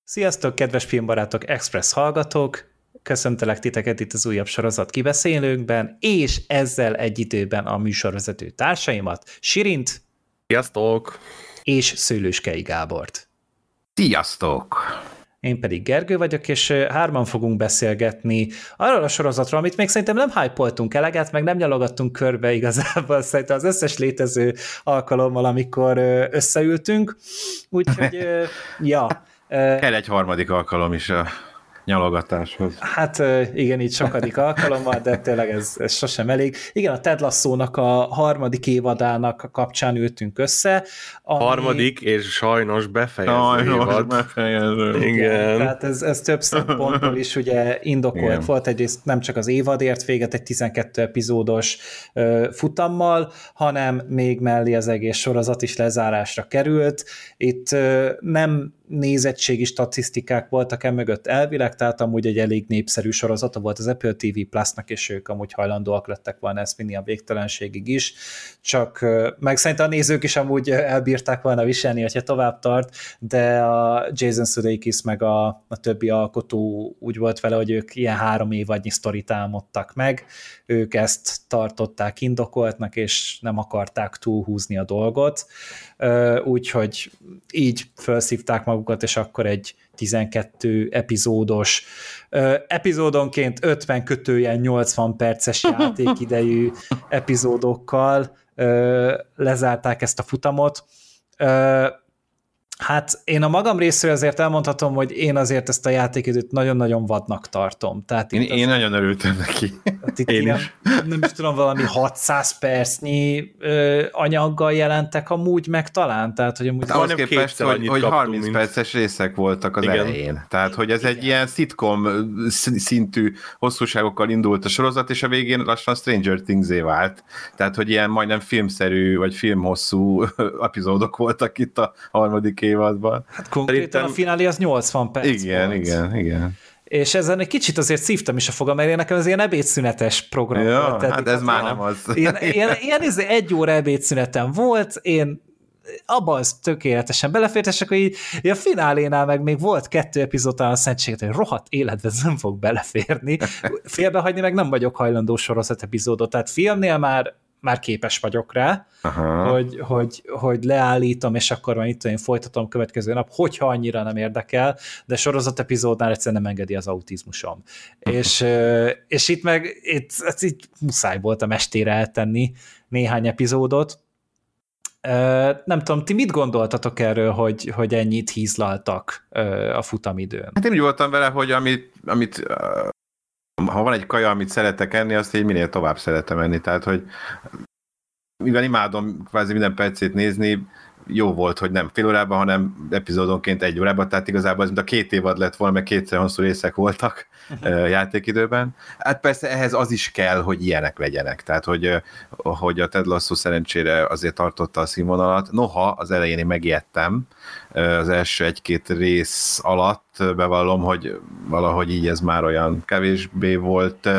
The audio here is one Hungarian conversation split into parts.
Sziasztok, kedves filmbarátok, Express hallgatók! Köszöntelek titeket itt az újabb sorozat kibeszélőnkben, és ezzel egy időben a műsorvezető társaimat, Sirint. Sziasztok! És Szőlőskei Gábort. Sziasztok! Én pedig Gergő vagyok, és hárman fogunk beszélgetni arról a sorozatról, amit még szerintem nem hype-oltunk eleget, meg nem nyalogattunk körbe igazából, szerintem az összes létező alkalommal, amikor összeültünk, úgyhogy ja. Kell egy harmadik alkalom is a nyalogatáshoz. Hát igen, így sokadik alkalommal, de tényleg ez sosem elég. Igen, a Ted Lasso-nak a harmadik évadának kapcsán ültünk össze. Harmadik, és sajnos befejező évad. Befejező. Igen. Tehát ez több szempontból is ugye indokolt Igen. volt, egyrészt nem csak az évad ért véget egy 12 epizódos futammal, hanem még mellé az egész sorozat is lezárásra került. Itt nem nézettségi statisztikák voltak mögött elvileg, tehát amúgy egy elég népszerű sorozata volt az Apple TV Plus-nak, és ők amúgy hajlandóak lettek volna ezt vinni a végtelenségig is, csak meg szerintem a nézők is amúgy elbírták volna viselni, hogyha tovább tart, de a Jason Sudeikis meg a többi alkotó úgy volt vele, hogy ők ilyen 3 évadnyi sztorit álmodtak meg, ők ezt tartották indokoltnak, és nem akarták túlhúzni a dolgot, úgyhogy így felszívták magukat, és akkor egy 12 epizódos, epizódonként 50-80 perces játékidejű epizódokkal lezárták ezt a futamot. Hát én a magam részéről azért elmondhatom, hogy én azért ezt a játékidőt nagyon-nagyon vadnak tartom. Tehát én nagyon örültem neki. Én is. Nem is tudom, valami 600 percnyi anyaggal jelentek amúgy meg talán. Tehát, hogy amúgy ahhoz képest, hogy 30 perces részek voltak az elején. Tehát, hogy ez egy ilyen szitcom szintű hosszúságokkal indult a sorozat, és a végén lassan Stranger Things-é vált. Tehát, hogy ilyen majdnem filmszerű, vagy filmhosszú epizódok voltak itt a harmadik évadban. Hát konkrétan a finálé az 80 perc igen, volt. Igen. És ezen egy kicsit azért szívtam is a fogam, mert nekem ez ilyen ebédszünetes program volt. Hát ez már nem az. Ilyen 1 óra ebédszünetem volt, én abban az tökéletesen belefért, és akkor így a finálénál meg még volt 2 epizód a szentséget, hogy rohadt életben ez nem fog beleférni. Félbehagyni meg nem vagyok hajlandó sorozat epizódot, tehát filmnél már képes vagyok rá, hogy leállítom, és akkor majd itt én folytatom következő nap, hogyha annyira nem érdekel, de sorozat epizódnál egyszerűen nem engedi az autizmusom. És itt meg itt muszáj volt a mestére eltenni néhány epizódot. Nem tudom, ti mit gondoltatok erről, hogy ennyit hízlaltak a futamidőn? Hát én úgy voltam vele, hogy amit ha van egy kaja, amit szeretek enni, azt így minél tovább szeretem enni. Tehát, hogy mivel imádom kvázi minden percét nézni, jó volt, hogy nem fél órában, hanem epizódonként 1 órában, tehát igazából ez mint a 2 évad lett volna, mert 2-szer hosszú részek voltak játékidőben. Hát persze ehhez az is kell, hogy ilyenek legyenek, tehát hogy a Ted Lasso szerencsére azért tartotta a színvonalat. Noha az elején én megijedtem az első 1-2 rész alatt, bevallom, hogy valahogy így ez már olyan kevésbé volt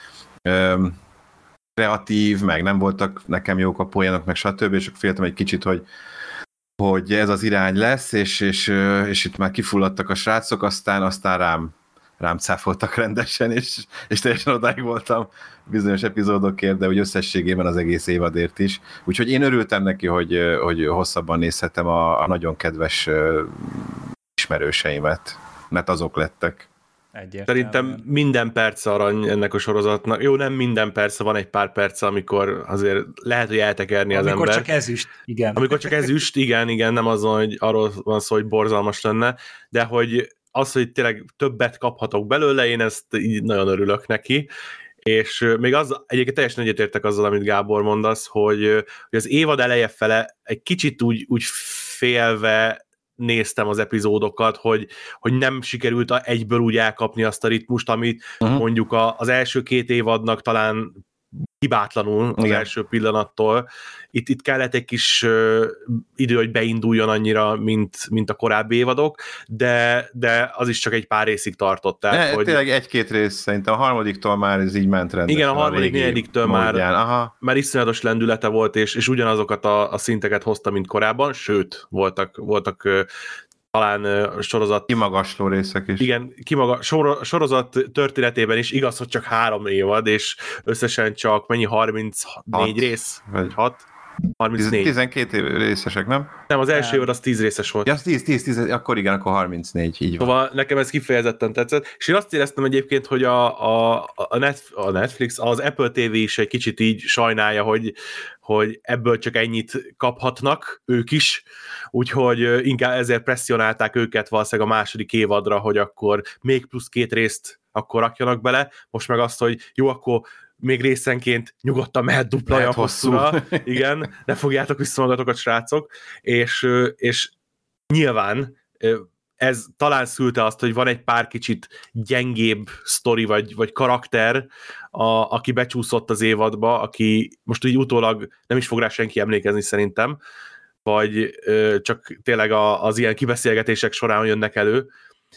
kreatív, meg nem voltak nekem jók a poénok, meg stb. És akkor féltem egy kicsit, hogy ez az irány lesz, és itt már kifulladtak a srácok, aztán rám cáfoltak rendesen, és teljesen odáig voltam bizonyos epizódokért, de úgy összességében az egész évadért is. Úgyhogy én örültem neki, hogy hosszabban nézhetem a nagyon kedves ismerőseimet, mert azok lettek. Szerintem minden perc arany ennek a sorozatnak. Jó, nem minden perc, van egy pár perc, amikor azért lehet, hogy eltekerni az ember. Amikor csak ezüst, igen. Amikor csak ezüst, igen, nem azon, hogy arról van szó, hogy borzalmas lenne, de hogy az, hogy tényleg többet kaphatok belőle, én ezt így nagyon örülök neki, és még az, egyébként teljesen egyetértek azzal, amit Gábor mondasz, hogy az évad eleje fele egy kicsit úgy félve néztem az epizódokat, hogy nem sikerült egyből úgy elkapni azt a ritmust, amit mondjuk az első 2 évadnak talán hibátlanul az első pillanattól. Itt kellett egy kis idő, hogy beinduljon annyira, mint a korábbi évadok, de az is csak egy pár részig tartott. Tehát, hogy... Tényleg 1-2 rész, szerintem a harmadiktól már ez így ment rendesen. Igen, a harmadik, negyediktől már iszonyatos lendülete volt, és ugyanazokat a szinteket hozta, mint korábban, sőt, voltak talán sorozat... Kimagasló részek is. Igen, sorozat történetében is igaz, hogy csak 3 évad, és összesen csak mennyi 34 rész? Vagy 6? 34. 12 részesek, nem? Nem, az első évad az 10 részes volt. Ja, 10, akkor igen, akkor 34, így van. Szóval nekem ez kifejezetten tetszett, és én azt éreztem egyébként, hogy a Netflix, az Apple TV is egy kicsit így sajnálja, hogy ebből csak ennyit kaphatnak ők is, úgyhogy inkább ezért presszionálták őket valószínűleg a második évadra, hogy akkor még plusz 2 részt akkor rakjanak bele, most meg azt, hogy jó, akkor még részenként nyugodtan mehet dupla olyan hosszúra, igen, ne fogjátok vissza magatokat, srácok, és nyilván ez talán szülte azt, hogy van egy pár kicsit gyengébb sztori, vagy karakter, aki becsúszott az évadba, aki most így utólag nem is fog rá senki emlékezni szerintem, vagy csak tényleg az ilyen kibeszélgetések során jönnek elő,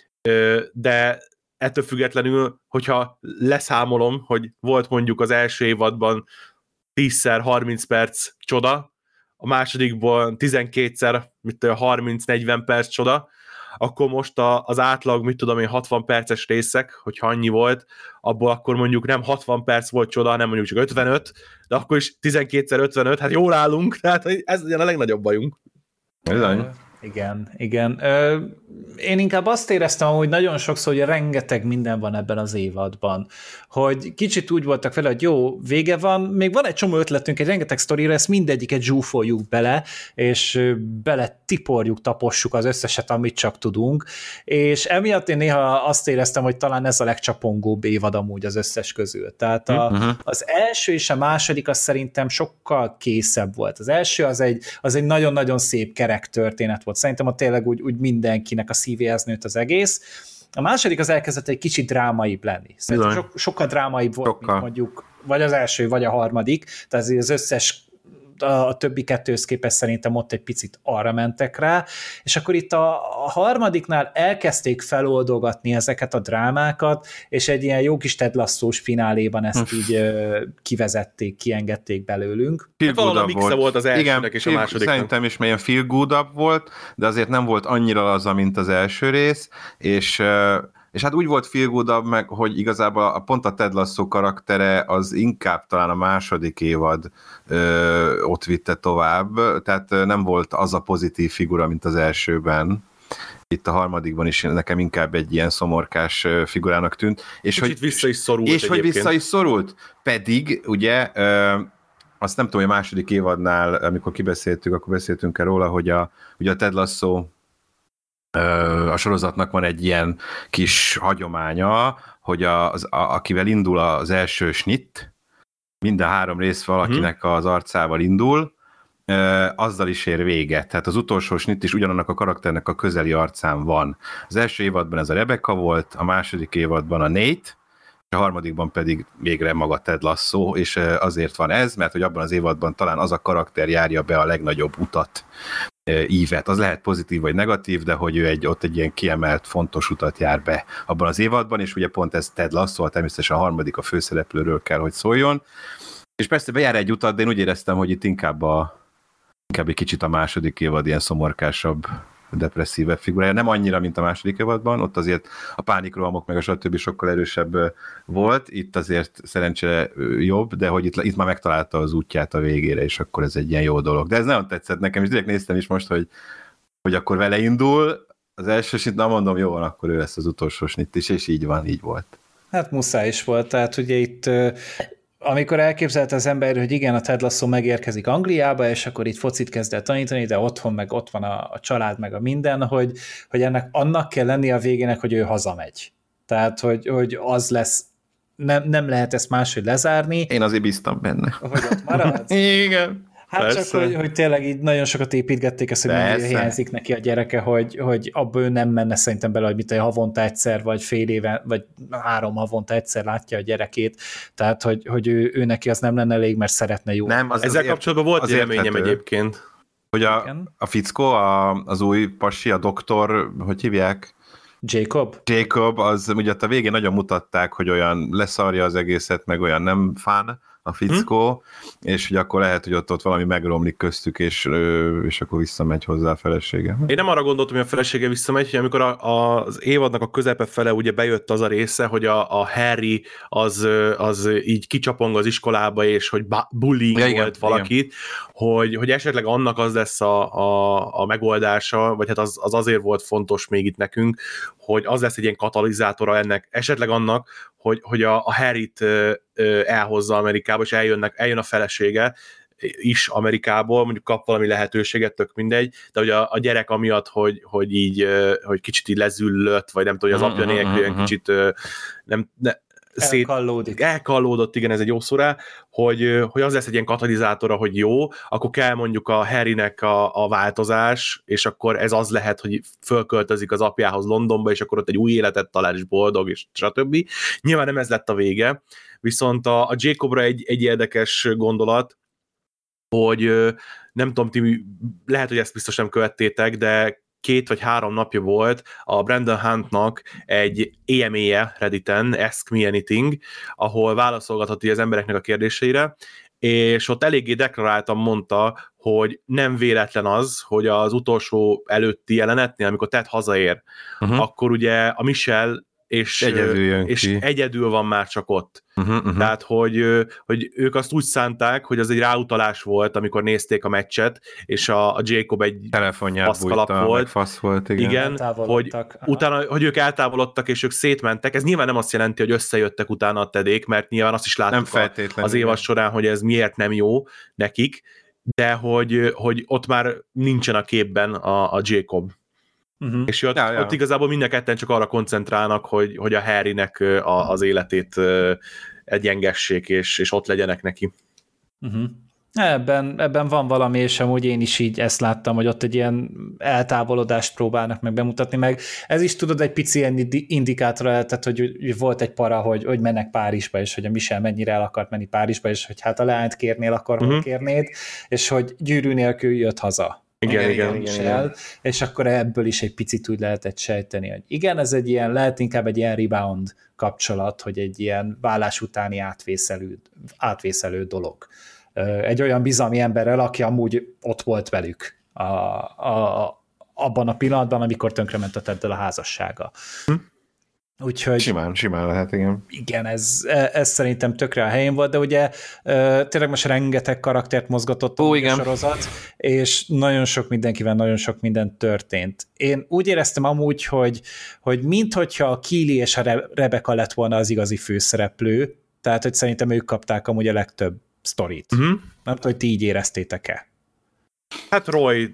de ettől függetlenül, hogyha leszámolom, hogy volt mondjuk az első évadban 10-szer 30 perc csoda, a másodikból 12-szer 30-40 perc csoda, akkor most az átlag, 60 perces részek, hogyha annyi volt, abból akkor mondjuk nem 60 perc volt csoda, hanem mondjuk csak 55, de akkor is 12x55, hát jól állunk, tehát ez ugye a legnagyobb bajunk. Bizony. Igen. Én inkább azt éreztem, hogy nagyon sokszor, hogy rengeteg minden van ebben az évadban, hogy kicsit úgy voltak vele, hogy jó, vége van, még van egy csomó ötletünk, egy rengeteg sztorira, ezt mindegyiket zsúfoljuk bele, és bele tiporjuk, tapossuk az összeset, amit csak tudunk, és emiatt én néha azt éreztem, hogy talán ez a legcsapongóbb évad amúgy az összes közül. Tehát az első és a második az szerintem sokkal készebb volt. Az első az egy nagyon-nagyon szép kerek történet volt. Szerintem ott tényleg úgy mindenkinek a szívéhez nőtt az egész. A második az elkezdett egy kicsit drámaibb lenni. Szerintem sokkal drámaibb volt, mint mondjuk vagy az első, vagy a harmadik. Tehát az összes a többi kettőhöz képest szerintem ott egy picit arra mentek rá, és akkor itt a harmadiknál elkezdték feloldogatni ezeket a drámákat, és egy ilyen jó kis Ted Lasso-s fináléban ezt így kivezették, kiengedték belőlünk. Valami mixe volt az elsőnek és a másodiknak. Szerintem is melyen feel good-up volt, de azért nem volt annyira laza, mint az első rész, és hát úgy volt feel good-up meg, hogy igazából pont a Ted Lasso karaktere az inkább talán a második évad ott vitte tovább, tehát nem volt az a pozitív figura, mint az elsőben. Itt a harmadikban is nekem inkább egy ilyen szomorkás figurának tűnt. És hogy vissza is szorult. És hogy vissza is szorult. Pedig, ugye, azt nem tudom, hogy a második évadnál, amikor kibeszéltük, akkor beszéltünk róla, hogy ugye a Ted Lasso a sorozatnak van egy ilyen kis hagyománya, hogy akivel indul az első snitt, minden 3 rész valakinek az arcával indul, azzal is ér véget. Tehát az utolsó snitt is ugyanannak a karakternek a közeli arcán van. Az első évadban ez a Rebecca volt, a második évadban a Nate, a harmadikban pedig végre maga Ted Lasso, és azért van ez, mert hogy abban az évadban talán az a karakter járja be a legnagyobb utat, ívet. Az lehet pozitív vagy negatív, de hogy ő ott egy ilyen kiemelt, fontos utat jár be abban az évadban, és ugye pont ez Ted Lasso, természetesen a harmadik a főszereplőről kell, hogy szóljon. És persze bejár egy utat, de én úgy éreztem, hogy itt inkább egy kicsit a második évad ilyen szomorkásabb, depresszívebb figurája. Nem annyira, mint a második évadban, ott azért a pánikrohamok meg a stb. Sokkal erősebb volt, itt azért szerencsére jobb, de hogy itt már megtalálta az útját a végére, és akkor ez egy ilyen jó dolog. De ez nagyon tetszett nekem, és direkt néztem is most, hogy akkor vele indul, az első snit, na mondom, jó van, akkor ő lesz az utolsó snit is, és így van, így volt. Hát muszáj is volt, tehát ugye itt amikor elképzelte az ember, hogy igen, a Ted Lasso megérkezik Angliába, és akkor itt focit kezd el tanítani, de otthon meg ott van a család, meg a minden, hogy ennek annak kell lennie a végének, hogy ő hazamegy. Tehát, hogy az lesz, nem lehet ezt máshogy lezárni. Én azért bíztam benne. Hogy ott maradsz? Igen. Hát persze. Csak, hogy tényleg így nagyon sokat építgették ezt, hogy mennyire hiányzik neki a gyereke, hogy abból ő nem menne szerintem bele, hogy mit havonta egyszer, vagy fél éve, vagy 3 havonta egyszer látja a gyerekét, tehát hogy ő neki az nem lenne elég, mert szeretne jó. Nem, ezzel kapcsolatban volt élményem egyébként. Hogy a fickó, az új pasi, a doktor, hogy hívják? Jacob, az ugye a végén nagyon mutatták, hogy olyan leszarja az egészet, meg olyan nem fán a fickó, és hogy akkor lehet, hogy ott valami megromlik köztük, és akkor visszamegy hozzá a felesége. Én nem arra gondoltam, hogy a felesége visszamegy, hogy amikor az évadnak a közepe fele ugye bejött az a része, hogy a Harry az így kicsapong az iskolába, és hogy bullying volt valakit, hogy esetleg annak az lesz a megoldása, vagy hát az azért volt fontos még itt nekünk, hogy az lesz egy ilyen katalizátora ennek, esetleg annak, hogy a Harryt elhozza Amerikába, és eljön a felesége is Amerikából, mondjuk kap valami lehetőséget, tök mindegy, de hogy a gyerek amiatt, hogy kicsit így lezüllött, vagy nem tudom, hogy az apja nélkül kicsit elkallódott, igen, ez egy jó szó rá, hogy az lesz egy ilyen katalizátora, hogy jó, akkor kell mondjuk a Harrynek a változás, és akkor ez az lehet, hogy fölköltözik az apjához Londonba, és akkor ott egy új életet talál, és boldog, és stb. Nyilván nem ez lett a vége, viszont a Jacobra egy érdekes gondolat, hogy nem tudom, ti lehet, hogy ezt biztos nem követtétek, de 2 vagy 3 napja volt a Brandon Huntnak egy EMA-je Redditen, Ask Me Anything, ahol válaszolgathat az embereknek a kérdéseire, és ott eléggé deklaráltan mondta, hogy nem véletlen az, hogy az utolsó előtti jelenetnél, amikor Ted hazaér, akkor ugye a Michelle és egyedül van már csak ott. Tehát, hogy ők azt úgy szánták, hogy az egy ráutalás volt, amikor nézték a meccset, és a Jacob egy faszkalap volt. Fasz volt, igen, hogy utána, hogy ők eltávolodtak, és ők szétmentek. Ez nyilván nem azt jelenti, hogy összejöttek utána a Tedék, mert nyilván azt is láttuk az évad során, hogy ez miért nem jó nekik, de hogy ott már nincsen a képben a Jacob. És ott igazából mind a ketten csak arra koncentrálnak, hogy a Harrynek az életét egyengessék, és ott legyenek neki. Ebben van valami, és amúgy én is így ezt láttam, hogy ott egy ilyen eltávolodást próbálnak meg bemutatni, meg ez is tudod egy pici indikátora lehetett, hogy volt egy para, hogy mennek Párizsba, és hogy a Michel mennyire el akart menni Párizsba, és hogy hát a leányt kérnél, akkor kérnéd, és hogy gyűrű nélkül jött haza. Igen. És akkor ebből is egy picit úgy lehetett sejteni, hogy igen, ez egy ilyen, lehet inkább egy ilyen rebound kapcsolat, hogy egy ilyen vállás utáni átvészelő dolog. Egy olyan bizalmi emberrel, aki amúgy ott volt velük abban a pillanatban, amikor tönkrement a Teddel a házassága. Úgyhogy simán lehet, igen. Igen, ez szerintem tökre a helyén volt, de ugye tényleg most rengeteg karaktert mozgatott a sorozat, és nagyon sok mindenkivel nagyon sok minden történt. Én úgy éreztem amúgy, hogy minthogyha a Keely és a Rebecca lett volna az igazi főszereplő, tehát hogy szerintem ők kapták amúgy a legtöbb sztorit. Nem tudom, hogy ti így éreztétek-e? Hát Roy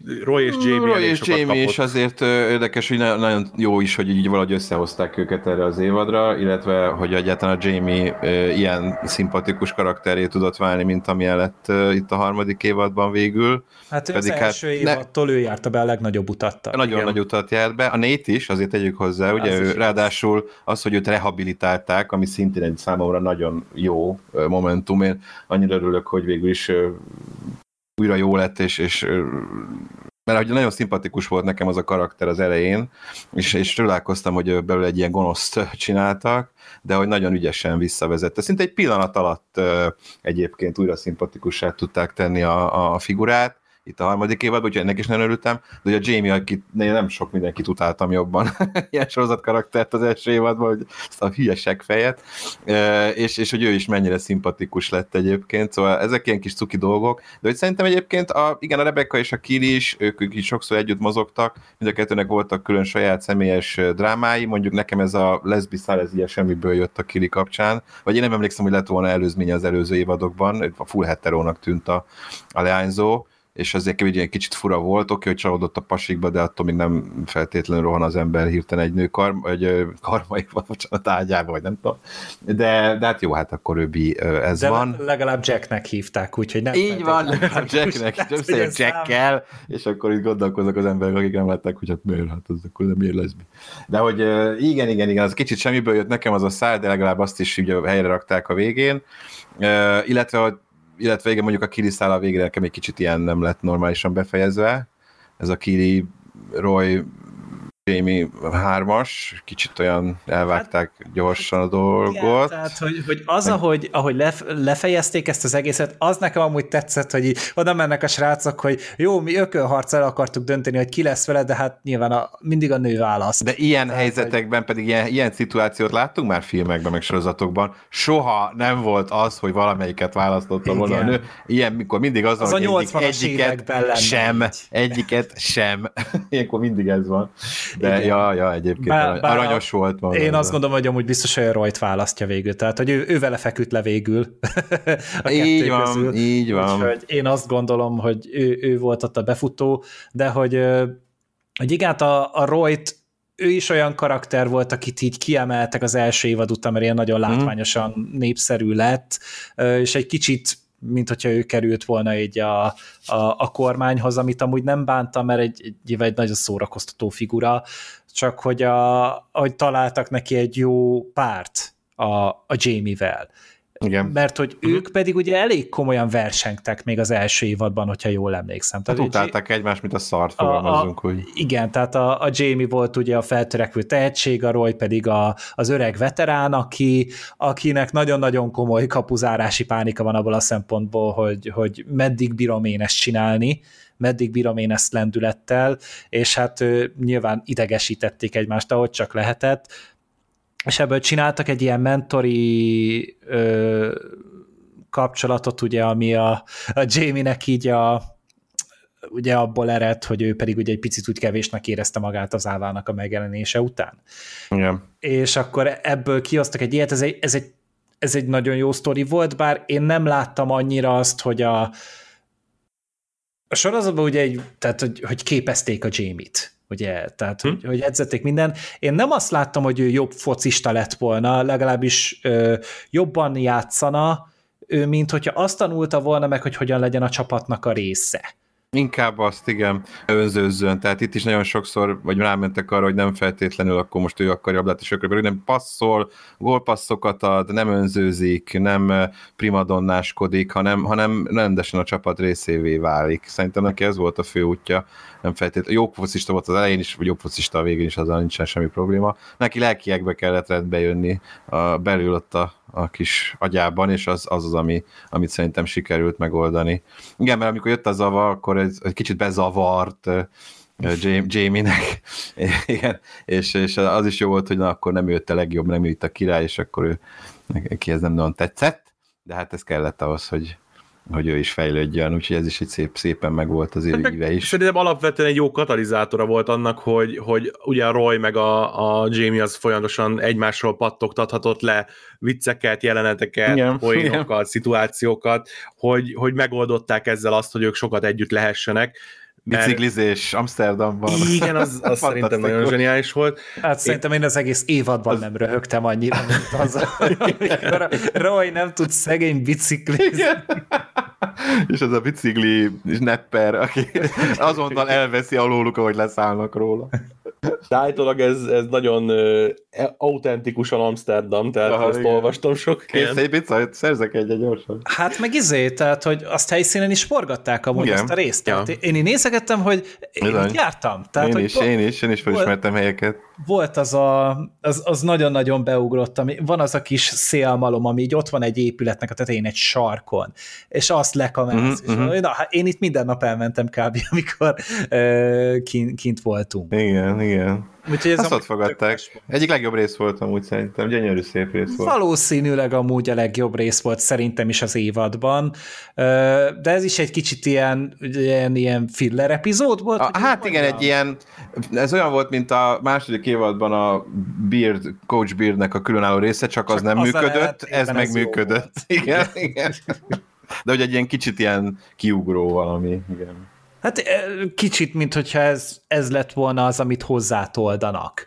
és Jamie és azért érdekes, hogy nagyon jó is, hogy így valahogy összehozták őket erre az évadra, illetve, hogy egyáltalán a Jamie ilyen szimpatikus karakteré tudott válni, mint amilyen lett itt a 3. évadban végül. Hát az első évadtól ő járta be a legnagyobb utat. Nagyon nagy utat járt be. A Nate is, azért tegyük hozzá, ugye ő, ráadásul az, hogy őt rehabilitálták, ami szintén egy számomra nagyon jó momentum. Én annyira örülök, hogy végül is újra jó lett, és mert hogy nagyon szimpatikus volt nekem az a karakter az elején, és csodálkoztam, hogy belőle egy ilyen gonoszt csináltak, de hogy nagyon ügyesen visszavezette. Szinte egy pillanat alatt egyébként újra szimpatikussá tudták tenni a figurát, itt a 3. évadban, úgyhogy ennek is nagyon örültem, de ugye a Jamie, akit nem sok mindenkit utáltam jobban, ilyen sorozat karaktert az első évadban, hogy ezt a hülyesek fejet, és hogy ő is mennyire szimpatikus lett egyébként, szóval ezek ilyen kis cuki dolgok, de hogy szerintem egyébként a Rebecca és a Keely is, ők is sokszor együtt mozogtak, mind a kettőnek voltak külön saját személyes drámái, mondjuk nekem ez a leszbi szál, ez ilyen semmiből jött a Keely kapcsán, vagy én nem emlékszem, hogy lett volna előzménye az előző évadokban, a full heterónak tűnt a leányzó, és azért egy kicsit fura volt, oké, hogy csalódott a pasikba, de attól még nem feltétlenül rohan az ember hirtelen egy nő karmaiba, bocsánat, ágyába, vagy nem tudom. De hát jó, hát akkor ez de van. De legalább Jacknek hívták, úgyhogy nem. Így van, legalább Jacknek, többször Jackkel, és akkor itt gondolkoznak az emberek, akik nem látták, hogy hát miért, hát az akkor nem miért leszbi. De hogy igen, az kicsit semmiből jött nekem az a szál, de legalább azt is ugye helyre rakták a végén, illetve igen, mondjuk a Keely szál a végére nekem egy kicsit ilyen nem lett normálisan befejezve. Ez a Keely Roy Jamie 3-as, kicsit olyan elvágták gyorsan a dolgot. Igen, tehát, hogy az, ahogy lefejezték ezt az egészet, az nekem amúgy tetszett, hogy így oda mennek a srácok, hogy jó, mi ökölharccal akartuk dönteni, hogy ki lesz vele, de hát nyilván mindig a nő választ. De ilyen helyzetekben pedig ilyen szituációt láttunk már filmekben, meg sorozatokban, soha nem volt az, hogy valamelyiket választotta volna a nő. Ilyen, mikor mindig az van, hogy egyiket sem. Ilyenkor mindig ez van. De ja, egyébként aranyos volt. Én azt gondolom, hogy amúgy biztos, hogy Royt választja végül, tehát hogy ő vele feküdt le végül. Így van. Úgyhogy én azt gondolom, hogy ő volt ott a befutó, de hogy igen, a Royt ő is olyan karakter volt, akit így kiemeltek az első évad után, mert ilyen nagyon látványosan népszerű lett, és egy kicsit mint hogyha ő került volna így a kormányhoz, amit amúgy nem bántam, mert egy nagyon szórakoztató figura, csak hogy találtak neki egy jó párt a Jamie-vel. Igen. Mert hogy ők pedig ugye elég komolyan versengtek még az első évadban, hogyha jól emlékszem. Tehát utálták egymást, mint a szart, fogalmazunk. Hogy... Igen, tehát a Jamie volt ugye a feltörekvő tehetség, a Roy pedig az öreg veterán, akinek nagyon-nagyon komoly kapuzárási pánika van abból a szempontból, hogy meddig bírom én ezt csinálni, meddig bírom én ezt lendülettel, és hát nyilván idegesítették egymást, ahogy csak lehetett, és ebből csináltak egy ilyen mentori kapcsolatot, ugye, ami a Jamie-nek így ugye abból ered, hogy ő pedig ugye egy picit úgy kevésnek érezte magát az Ávának a megjelenése után. Igen. És akkor ebből kihoztak egy ilyet, ez egy nagyon jó sztori volt, bár én nem láttam annyira azt, hogy a sorozatban ugye tehát, hogy képezték a Jamie-t. Ugye, tehát, hogy edzették minden. Én nem azt láttam, hogy ő jobb focista lett volna, legalábbis jobban játszana, mint hogyha azt tanulta volna meg, hogy hogyan legyen a csapatnak a része. Inkább azt, igen, önzőzzön. Tehát itt is nagyon sokszor, vagy rámentek arra, hogy nem feltétlenül akkor most ő akarja labdát és ökörbe, nem passzol, gólpasszokat ad, nem önzőzik, nem primadonnáskodik, hanem rendesen a csapat részévé válik. Szerintem neki ez volt a fő útja, nem feltétlenül. Jó focista volt az elején is, vagy jó focista a végén is, azzal nincsen semmi probléma. Neki lelkiekbe kellett rendbe jönni belül ott a kis agyában, és az, amit szerintem sikerült megoldani. Igen, mert amikor jött a zavar, akkor ez egy kicsit bezavart Jamie-nek. Igen, és az is jó volt, hogy akkor nem jött a legjobb, nem jött a király, és akkor neki ez nem nagyon tetszett, de hát ez kellett ahhoz, hogy ő is fejlődjön, úgyhogy ez is egy szépen meg volt az éve is. Szerintem alapvetően egy jó katalizátora volt annak, hogy ugye a Roy meg a Jamie az folyamatosan egymásról pattogtathatott le vicceket, jeleneteket, poénokat, szituációkat, hogy megoldották ezzel azt, hogy ők sokat együtt lehessenek. Biciklizés Amsterdamban. Igen, az szerintem nagyon zseniális volt. Hát szerintem én az egész évadban nem röhögtem annyira, mint az, amikor a Roy nem tud szegény biciklizni. És az a bicikli snapper, aki azonnal elveszi alóluk, ahogy leszállnak róla. De állítólag ez nagyon autentikusan Amsterdam, tehát ezt olvastam sok. Kész egy pizzát, szerzek egy gyorsan. Hát meg tehát, hogy azt helyszínen is forgatták amúgy azt a részt. Ja. Én nézegettem, hogy én itt jártam. Tehát, én is felismertem helyeket. Volt az nagyon-nagyon beugrott, van az a kis szélmalom, ami így ott van egy épületnek a tetején egy sarkon, és azt lekamersz. Na, hát én itt minden nap elmentem kb. Amikor kint voltunk. Igen. Azt ott fogadták. Egyik legjobb rész volt amúgy szerintem, gyönyörű szép rész volt. Valószínűleg amúgy a legjobb rész volt szerintem is az évadban, de ez is egy kicsit ilyen filler epizód volt? Hát igen, egy ilyen, ez olyan volt, mint a második évadban a Coach Beardnek a különálló része, csak az nem működött, ez meg működött. Igen. De hogy egy ilyen kicsit ilyen kiugró valami, igen. Hát kicsit, mint hogyha ez lett volna az, amit hozzátoldanak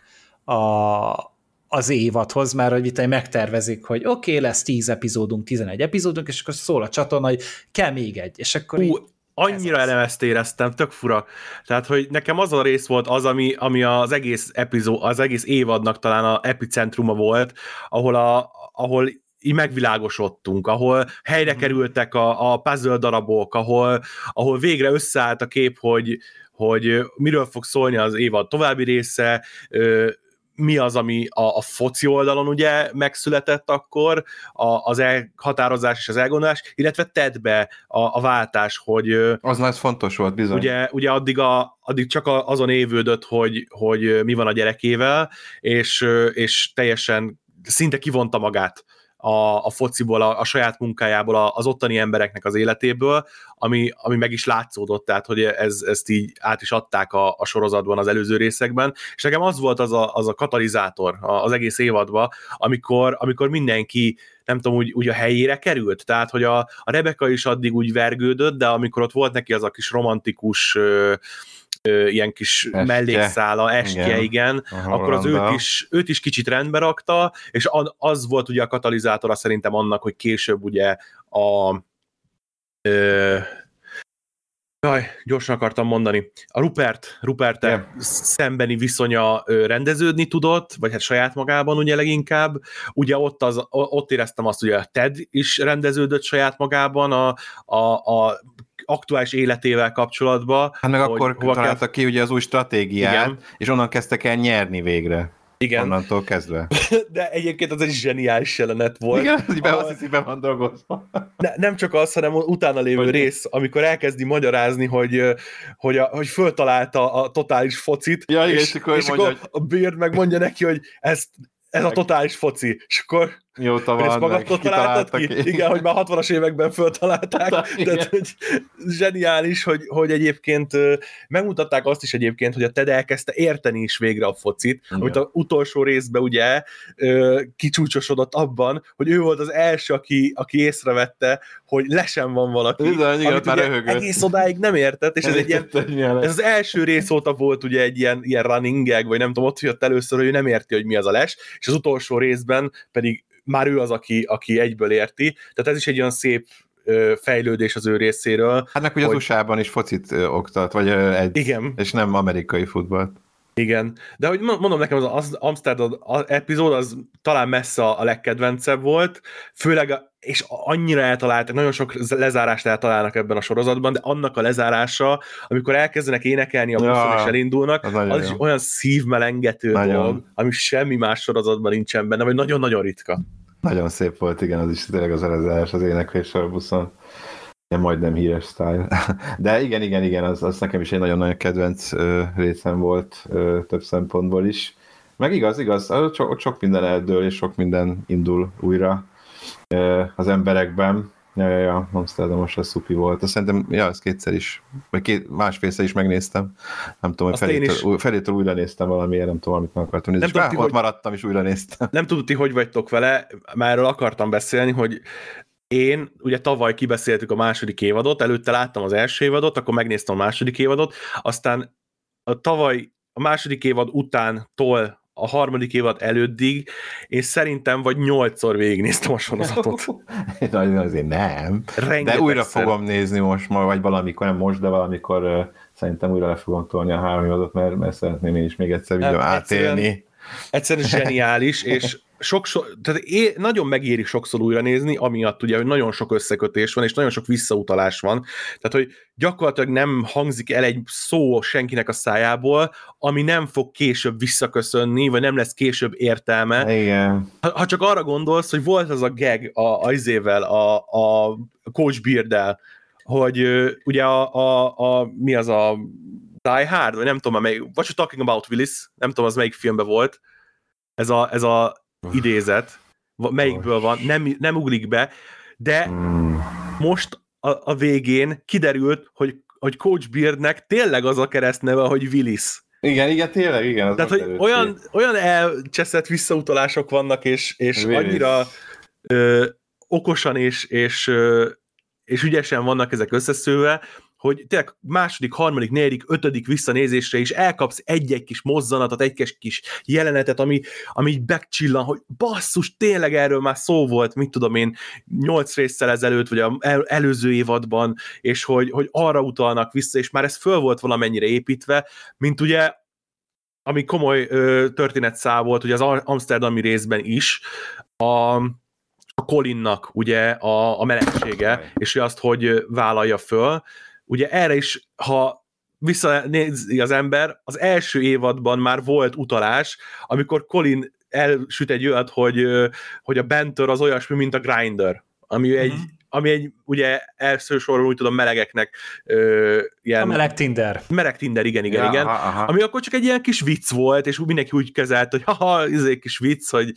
az évadhoz, mert hogy itt megtervezik, hogy oké, lesz 10 epizódunk, 11 epizódunk, és akkor szól a csatorna, hogy kell még egy, és akkor annyira elemezt éreztem, tök fura. Tehát, hogy nekem az a rész volt az, ami az egész epizód, az egész évadnak talán a epicentruma volt, ahol így megvilágosodtunk, ahol helyre kerültek a puzzle darabok, ahol végre összeállt a kép, hogy miről fog szólni az évad további része, mi az, ami a foci oldalon ugye megszületett akkor, az elhatározás és az elgondolás, illetve tett be a váltás, hogy... Az fontos volt, bizony. Ugye addig csak azon évődött, hogy mi van a gyerekével, és teljesen szinte kivonta magát a fociból, a saját munkájából, az ottani embereknek az életéből, ami meg is látszódott, tehát hogy ezt így át is adták a sorozatban, az előző részekben, és nekem az volt az a katalizátor az egész évadban, amikor mindenki nem tudom, úgy a helyére került, tehát hogy a Rebecca is addig úgy vergődött, de amikor ott volt neki az a kis romantikus ilyen kis mellékszála, estje, igen, akkor az őt is kicsit rendbe rakta, és az volt ugye a katalizátora szerintem annak, hogy később ugye gyorsan akartam mondani. A Rupert szembeni viszonya rendeződni tudott, vagy hát saját magában ugye leginkább. Ugye ott éreztem azt, hogy a Ted is rendeződött saját magában a aktuális életével kapcsolatban. Hát meg akkor találtak ki ugye az új stratégiát, igen. És onnan kezdtek el nyerni végre. Igen. Onnantól kezdve. De egyébként az egy zseniális jelenet volt. Igen, azt hiszi, be van dolgozva. Nem csak az, hanem utána lévő rész, amikor elkezdi magyarázni, hogy föltalálta a totális focit, ja, igen, és akkor a Beard megmondja neki, hogy ez a totális foci, és akkor jóta van, magadtól találtad ki? Igen, hogy már 60-as években föltalálták. Tehát, hogy zseniális, hogy egyébként megmutatták azt is egyébként, hogy a Ted elkezdte érteni is végre a focit, igen. Amit az utolsó részben ugye kicsúcsosodott abban, hogy ő volt az első, aki észrevette, hogy lesen van valaki, bizony, amit ugye egész odáig nem értett, és ez az első rész óta volt ugye egy ilyen running gag, vagy nem tudom, ott jött először, hogy ő nem érti, hogy mi az a les, és az utolsó részben pedig már ő az, aki egyből érti. Tehát ez is egy olyan szép fejlődés az ő részéről. Hát meg, hogy az USA-ban is focit oktat, vagy igen. És nem amerikai futballt. Igen, de hogy mondom nekem, az Amsterdam epizód az talán messze a legkedvencebb volt, főleg, és annyira eltaláltak, nagyon sok lezárást eltalálnak ebben a sorozatban, de annak a lezárása, amikor elkezdenek énekelni a buszon és elindulnak, az is olyan szívmelengető dolog, ami semmi más sorozatban nincsen benne, vagy nagyon-nagyon ritka. Nagyon szép volt, igen, az is tényleg az lezárás, az éneklés a buszon. Ilyen majdnem híres style. De igen, az nekem is egy nagyon-nagyon kedvenc részem volt több szempontból is. Meg igaz, sok minden eldől, és sok minden indul újra az emberekben. Ja, Amsterdamos a szupi volt. Azt szerintem, azt kétszer is, vagy másfélszer is megnéztem. Nem tudom, hogy felétől újra néztem valamiért, nem tudom, amit meg akartam nézni. És ott maradtam, és újra néztem. Nem tudod ti, hogy vagytok vele, már erről akartam beszélni, hogy én, ugye tavaly kibeszéltük a második évadot, előtte láttam az első évadot, akkor megnéztem a második évadot, aztán tavaly a második évad utántól a harmadik évad előttig, és szerintem vagy 8-szor végignéztem a sorozatot. Azért nem. Rengetegszer. De újra fogom nézni most, vagy valamikor, nem most, de valamikor szerintem újra le fogom tolni a 3 évadot, mert szeretném én is még egyszer átélni. Egyszerűen zseniális, és tehát nagyon megéri sokszor újra nézni, amiatt ugye, hogy nagyon sok összekötés van, és nagyon sok visszautalás van. Tehát, hogy gyakorlatilag nem hangzik el egy szó senkinek a szájából, ami nem fog később visszaköszönni, vagy nem lesz később értelme. Igen. Ha csak arra gondolsz, hogy volt az a gag a izével, a Coach Bearddel, hogy ugye mi az a Die Hard, vagy nem tudom, What You Talking About Willis, nem tudom, az melyik filmben volt, ez a idézet, melyikből van, nem ugrik be, de most a végén kiderült, hogy Coach Beardnek tényleg az a keresztneve, hogy Willis. Igen, tényleg, igen. Tehát, hogy olyan elcseszett visszautalások vannak, és annyira okosan és ügyesen vannak ezek összeszőve, hogy tényleg második, harmadik, negyedik, 5. visszanézésre is elkapsz egy-egy kis mozzanatot, egy kis jelenetet, ami így megcsillan, hogy basszus, tényleg erről már szó volt, mit tudom én, 8 résszel ezelőtt, vagy az előző évadban, és hogy arra utalnak vissza, és már ez föl volt valamennyire építve, mint ugye, ami komoly történetszál volt, ugye az amsterdami részben is, Colinnak ugye a melegsége, és azt, hogy vállalja föl. Ugye erre is, ha visszanézi az ember, az első évadban már volt utalás, amikor Colin elsüt egy olyat, hogy a Banter az olyasmi, mint a Grindr, ami egy ugye elsősorban úgy tudom melegeknek ilyen... A meleg Tinder. Meleg Tinder, igen. Aha. Ami akkor csak egy ilyen kis vicc volt, és mindenki úgy kezelt, hogy haha, ez egy kis vicc, hogy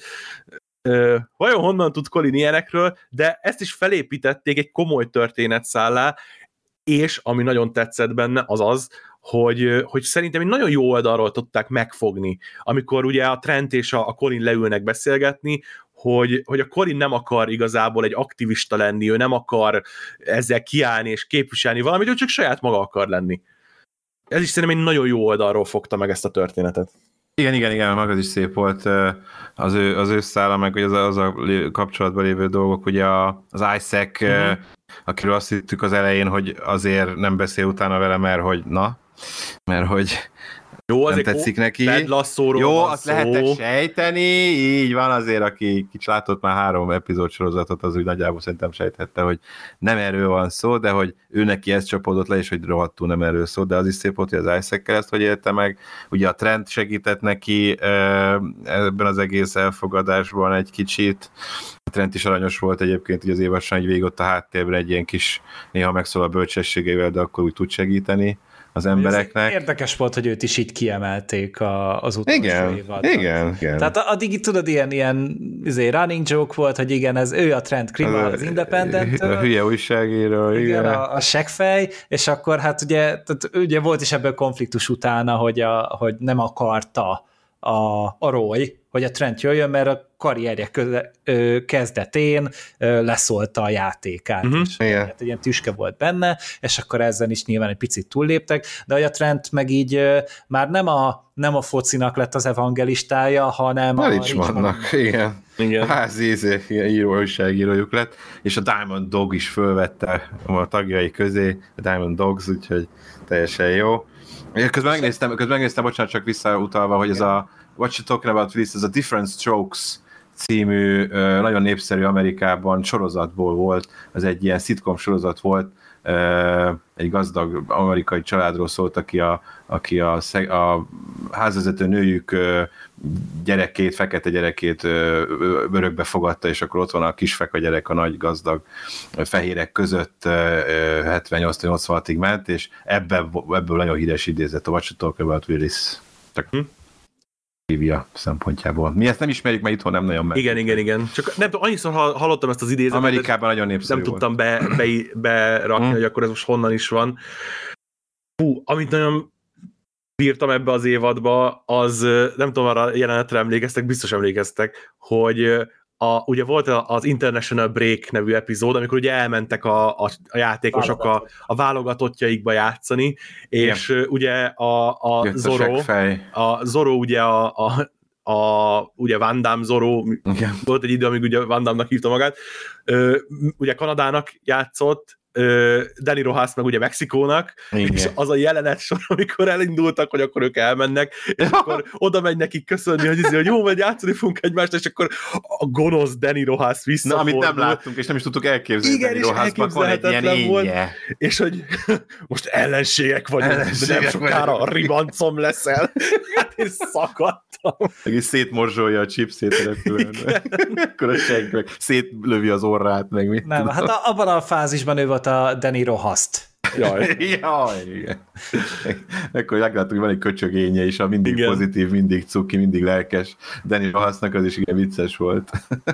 vajon honnan tud Colin ilyenekről, de ezt is felépítették egy komoly történetszállá, és ami nagyon tetszett benne, az, hogy szerintem egy nagyon jó oldalról tudták megfogni, amikor ugye a Trent és a Colin leülnek beszélgetni, hogy a Colin nem akar igazából egy aktivista lenni, ő nem akar ezzel kiállni és képviselni valamit, ő csak saját maga akar lenni. Ez is szerintem egy nagyon jó oldalról fogta meg ezt a történetet. Igen, maga is szép volt az ő szála, meg az a kapcsolatban lévő dolgok, ugye az Isaac, akiről azt hittük az elején, hogy azért nem beszél utána vele, mert hogy jó, nem tetszik neki. Jó, azt lehetett sejteni, így van, azért, aki látott már 3 epizód sorozatot, az úgy nagyjából szerintem sejthette, hogy nem erről van szó, de hogy ő neki ez csapódott le, és hogy rohadtul nem erről szó, de az is szép volt, hogy az Isaac-kel ezt hogy élte meg. Ugye a Trent segített neki ebben az egész elfogadásban egy kicsit. A Trent is aranyos volt egyébként, hogy az évad során végig ott a háttérben egy ilyen kis, néha megszól a bölcsességével, de akkor úgy tud segíteni az embereknek. Érdekes volt, hogy őt is így kiemelték az utolsó évadban. Igen. Tehát addig itt tudod, ilyen running joke volt, hogy igen, ez ő a Trent Krimmel az Independent. A hülye újságíró, igen. A seggfej, és akkor hát ugye volt is ebből konfliktus utána, hogy nem akarta a Roy, hogy a Trent jöjjön, mert a karrierje kezdetén leszólta a játékát, és hát egy ilyen tüske volt benne, és akkor ezzel is nyilván egy picit túlléptek, de hogy a Trent meg így már nem a focinak lett az evangelistája, hanem a Richmondnak, igen. A házi újságírójuk lett, és a Diamond Dog is fölvette a tagjai közé, a Diamond Dogs, úgyhogy teljesen jó. Közben megnéztem, bocsánat, csak visszautalva, hogy ez a What You Talking About Willis, ez a Different Strokes című, nagyon népszerű Amerikában sorozatból volt, az egy ilyen szitkom sorozat volt, egy gazdag amerikai családról szólt, aki a házvezető nőjük gyerekét, fekete gyerekét örökbe fogadta, és akkor ott van a kis feka gyerek a nagy gazdag fehérek között 78-86-ig ment, és ebből nagyon híres idézett a What You Talk About Willis. Trivia szempontjából. Mi ezt nem ismerjük, mert itthon nem nagyon meg. Igen. Csak nem tudom, annyiszor hallottam ezt az idézetet. Amerikában nagyon népszerű nem tudtam berakni, hogy akkor ez most honnan is van. Amit nagyon bírtam ebbe az évadba, az nem tudom, arra jelenetre emlékeztek, biztos emlékeztek, hogy ugye volt az International Break nevű epizód, amikor ugye elmentek a játékosok a válogatottjaikba játszani, és ugye a Zorro ugye ugye Van Damme Zorro, volt egy idő, amíg ugye Van Damme-nak hívta magát, ugye Kanadának játszott, Danny Rojas meg ugye Mexikónak, és az a jelenet sor, amikor elindultak, hogy akkor ők elmennek, és akkor oda megy nekik köszönni, hogy jó, majd játszani fogunk egymást, és akkor a gonosz Danny Rojas visszafordul. Amit nem láttunk, és nem is tudtuk elképzelni. Igen, és elképzelhetetlen volt, és hogy most ellenségek vagyunk, de nem sokára a ribancom leszel. Hát én szakadtam. Meg szétmorzsolja a chipsét repülőn. Akkor a senk meg szétlövi az orrát, meg mit nem, tudom. Hát abban a fázisban ő volt a Danny Rohast. Jaj, igen. Akkor megláttuk, hogy van egy köcsögénye is, a mindig igen. Pozitív, mindig cuki, mindig lelkes. Danny Rohasnak az is igen vicces volt.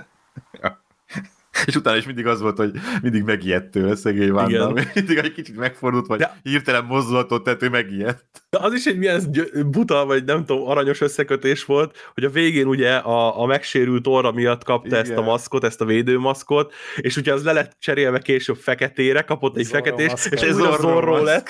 És utána is mindig az volt, hogy mindig megijedt tőle szegény Van Damme. Mindig egy kicsit megfordult, vagy hirtelen mozdulatot tett, ő megijedt. De az is egy milyen buta, vagy nem tudom, aranyos összekötés volt, hogy a végén ugye a megsérült orra miatt kapta igen. ezt a maszkot, ezt a védőmaszkot, és ugye az le lett cserélve később feketére, kapott egy feketés, és ez a Zorro lett.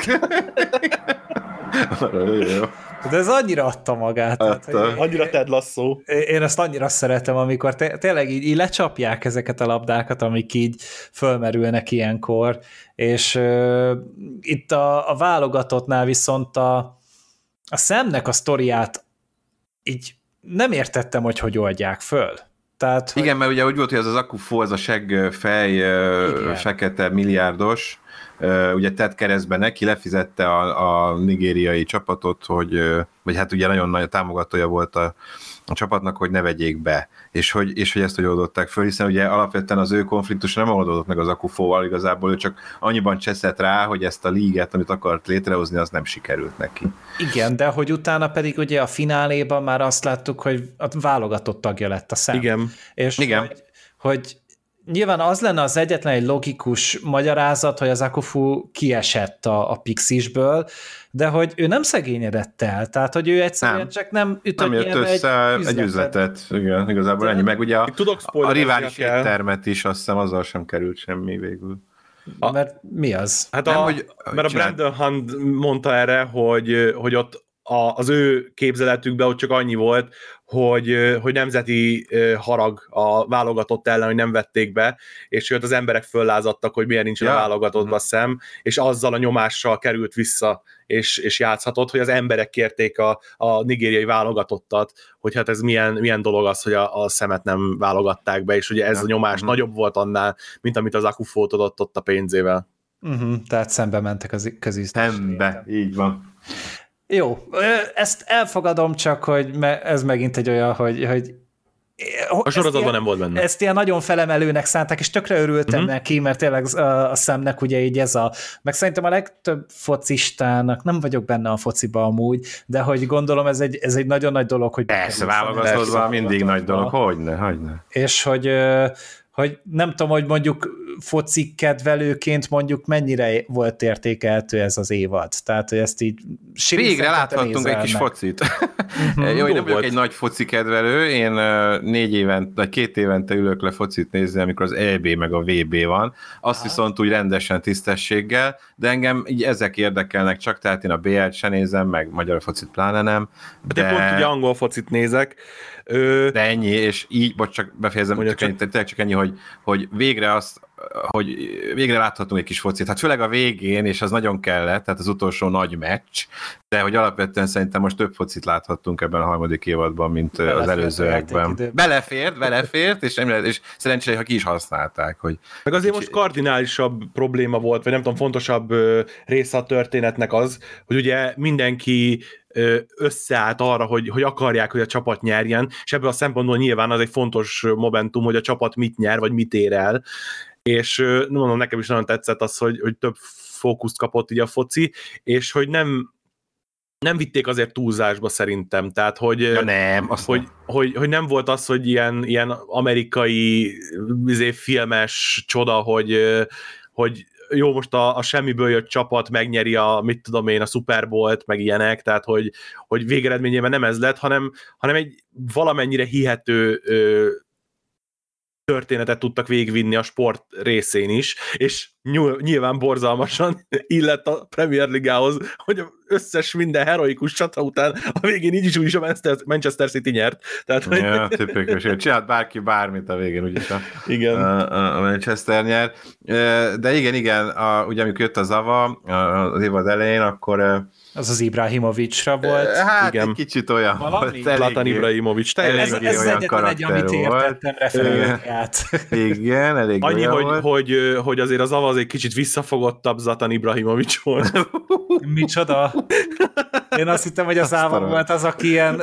De ez annyira adta magát. Tehát, annyira Ted Lasso. Én ezt annyira szeretem, amikor tényleg így lecsapják ezeket a labdákat, amik így fölmerülnek ilyenkor, és itt a válogatottnál viszont a Samnek a sztoriát így nem értettem, hogy oldják föl. Tehát, igen, hogy... mert ugye úgy volt, hogy az Akufo, az a seggfej fekete milliárdos, ugye tett keresztbe neki, lefizette a nigériai csapatot, vagy hát ugye nagyon nagy támogatója volt a csapatnak, hogy ne vegyék be, és hogy ezt hogy oldották föl, hiszen ugye alapvetően az ő konfliktus nem oldódott meg az Akufóval, igazából ő csak annyiban cseszett rá, hogy ezt a líget, amit akart létrehozni, az nem sikerült neki. Igen, de hogy utána pedig ugye a fináléban már azt láttuk, hogy a válogatott tagja lett a Sam. Igen. És igen. Hogy nyilván az lenne az egyetlen egy logikus magyarázat, hogy az Akufu kiesett a Pixisből, de hogy ő nem szegényedett el, tehát hogy ő egyszerűen csak nem ütött jött össze egy üzletet. Igen, igazából ennyi. Meg ugye a rivális éttermet is, azt hiszem, azzal sem került semmi végül. Mert mi az? Hát mert a Brandon Hunt mondta erre, hogy ott az ő képzeletükben ott csak annyi volt, hogy nemzeti harag a válogatott ellen, hogy nem vették be, és ott az emberek föllázadtak, hogy miért nincsen a válogatottban Sam, és azzal a nyomással került vissza, és játszhatott, hogy az emberek kérték a nigériai válogatottat, hogy hát ez milyen dolog az, hogy a Samet nem válogatták be, és ugye ez a nyomás nagyobb volt annál, mint amit az Akufo adott ott a pénzével. Tehát szembe mentek az közüztés. Szembe, így van. Jó, ezt elfogadom, csak hogy ez megint egy olyan, hogy a sorozatban nem volt benne. Ezt ilyen nagyon felemelőnek szánták, és tökre örültem neki, mert tényleg a Samnek ugye így meg szerintem a legtöbb focistának, nem vagyok benne a fociba amúgy, de hogy gondolom ez egy nagyon nagy dolog, hogy... Persze, válogatózva mindig nagy dolog, hogyne. És hogy nem tudom, hogy mondjuk foci kedvelőként mondjuk mennyire volt értékeltő ez az évad. Tehát, hogy ezt így... Végre láthattunk egy kis focit. Jó, én nem vagyok egy nagy foci kedvelő, én 2 évente ülök le focit nézni, amikor az EB meg a VB van. Azt viszont úgy rendesen tisztességgel, de engem így ezek érdekelnek csak, tehát én a BL-t se nézem, meg magyar focit pláne nem. De pont ugye angol focit nézek. De ennyi, és így, csak befejezem, csak ennyi, hogy végre láthatunk egy kis focit. Hát főleg a végén, és az nagyon kellett, tehát az utolsó nagy meccs, de hogy alapvetően szerintem most több focit láthattunk ebben a harmadik évadban, mint az előzőekben. Belefért, és szerencsére, ha ki is használták. Hogy meg azért most kardinálisabb probléma volt, vagy nem tudom, fontosabb része a történetnek az, hogy ugye mindenki összeállt arra, hogy akarják, hogy a csapat nyerjen, és ebből a szempontból nyilván az egy fontos momentum, hogy a csapat mit nyer, vagy mit ér el, és mondom, nekem is nagyon tetszett az, hogy több fókuszt kapott így a foci, és hogy nem vitték azért túlzásba szerintem, tehát hogy, hogy nem volt az, hogy ilyen amerikai filmes csoda, hogy jó, most a semmiből jött csapat megnyeri a Super Bowl-t, meg ilyenek, tehát hogy végeredményében nem ez lett, hanem egy valamennyire hihető történetet tudtak végigvinni a sport részén is, és nyilván borzalmasan illett a Premier Ligához, hogy összes minden heroikus csata után a végén így is úgyis a Manchester City nyert. Tehát, ja, tipikus. Csinált bárki bármit a végén, úgyis a Manchester nyer. De igen, ugye amikor jött a Zava az évad elején, akkor az Ibrahimovicsra volt. Hát igen. Egy kicsit olyan. Zlatan Ibrahimovics. Ez egyetlen egy, amit értettem referenciát. Igen, elég annyi, hogy azért az Zava az egy kicsit visszafogottabb Zlatan Ibrahimovics volt. Micsoda? Én azt hittem, hogy az Zava volt az, aki ilyen